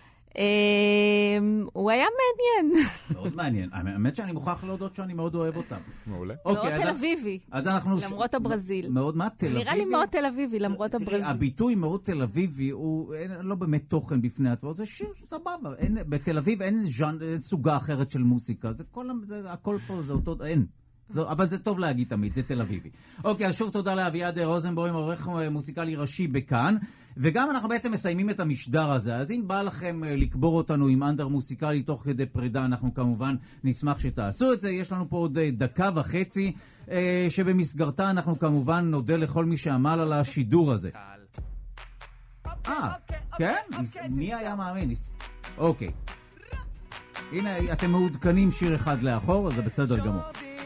[SPEAKER 3] הוא היה מעניין.
[SPEAKER 2] מאוד מעניין. האמת שאני מוכרח להודות שאני מאוד אוהב אותם.
[SPEAKER 9] מעולה.
[SPEAKER 3] מאוד תל אביבי, למרות הברזיל.
[SPEAKER 2] מאוד מה? תל אביבי?
[SPEAKER 3] נראה לי מאוד תל אביבי, למרות הברזיל.
[SPEAKER 2] הביטוי מאוד תל אביבי הוא לא באמת תוכן בפני עצמו, זה שיר סבבה. בתל אביב אין סוגה אחרת של מוסיקה. הכל פה זה אותו... אין. אבל זה טוב להגיד תמיד, זה תל אביבי. אוקיי, אז שוב תודה לאביעד רוזנבוים, עורך מוסיקלי ראשי בכאן, וגם אנחנו בעצם מסיימים את המשדר הזה, אז אם בא לכם לקבור אותנו עם אנדר מוסיקלי תוך כדי פרידה, אנחנו כמובן נשמח שתעשו את זה. יש לנו פה עוד דקה וחצי, שבמסגרתה אנחנו כמובן נודה לכל מי שעמל על השידור הזה. אה, כן? מי היה מאמין? אוקיי. הנה, אתם מעודכנים שיר אחד לאחור, אז זה בסדר גמור.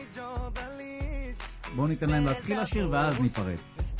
[SPEAKER 2] בואו ניתן להם להתחיל לשיר ואז ניפרד.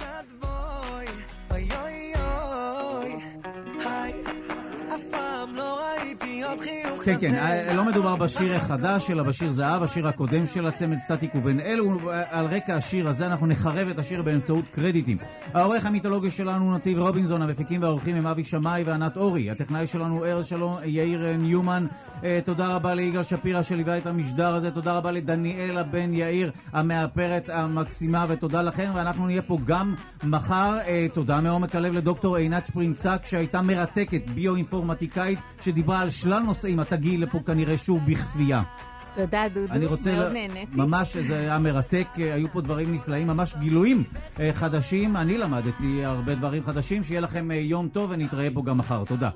[SPEAKER 2] כן, כן, לא מדובר בשיר החדש, אלא בשיר זהב, השיר הקודם של הצמד סטטיק ובן אל, על רקע השיר הזה אנחנו נחרב את השיר באמצעות קרדיטים. העורך המיתולוגי שלנו נתיב רובינזון, המפיקים והעורכים הם אבי שמאי וענת אורי, הטכנאי שלנו ארז שלום, יאיר ניומן. תודה רבה ליגאל שפירא שליווה את המשדר הזה, תודה רבה לדניאלה בן יאיר המאפרת המקסימה, ותודה לכם, ואנחנו נהיה פה גם מחר. תודה מעומק הלב לדוקטור עינת שפרינצק שהייתה מרתקת, ביו-אינפורמטיקאית שדיברה על שלל נושאים. את תגיעי לפה כנראה שוב בכפייה.
[SPEAKER 3] תודה דודו, מאוד נהניתי.
[SPEAKER 2] ממש זה היה מרתק, היו פה דברים נפלאים, ממש גילויים חדשים, אני למדתי הרבה דברים חדשים. שיהיה לכם יום טוב ונתראה פה גם מחר, תודה.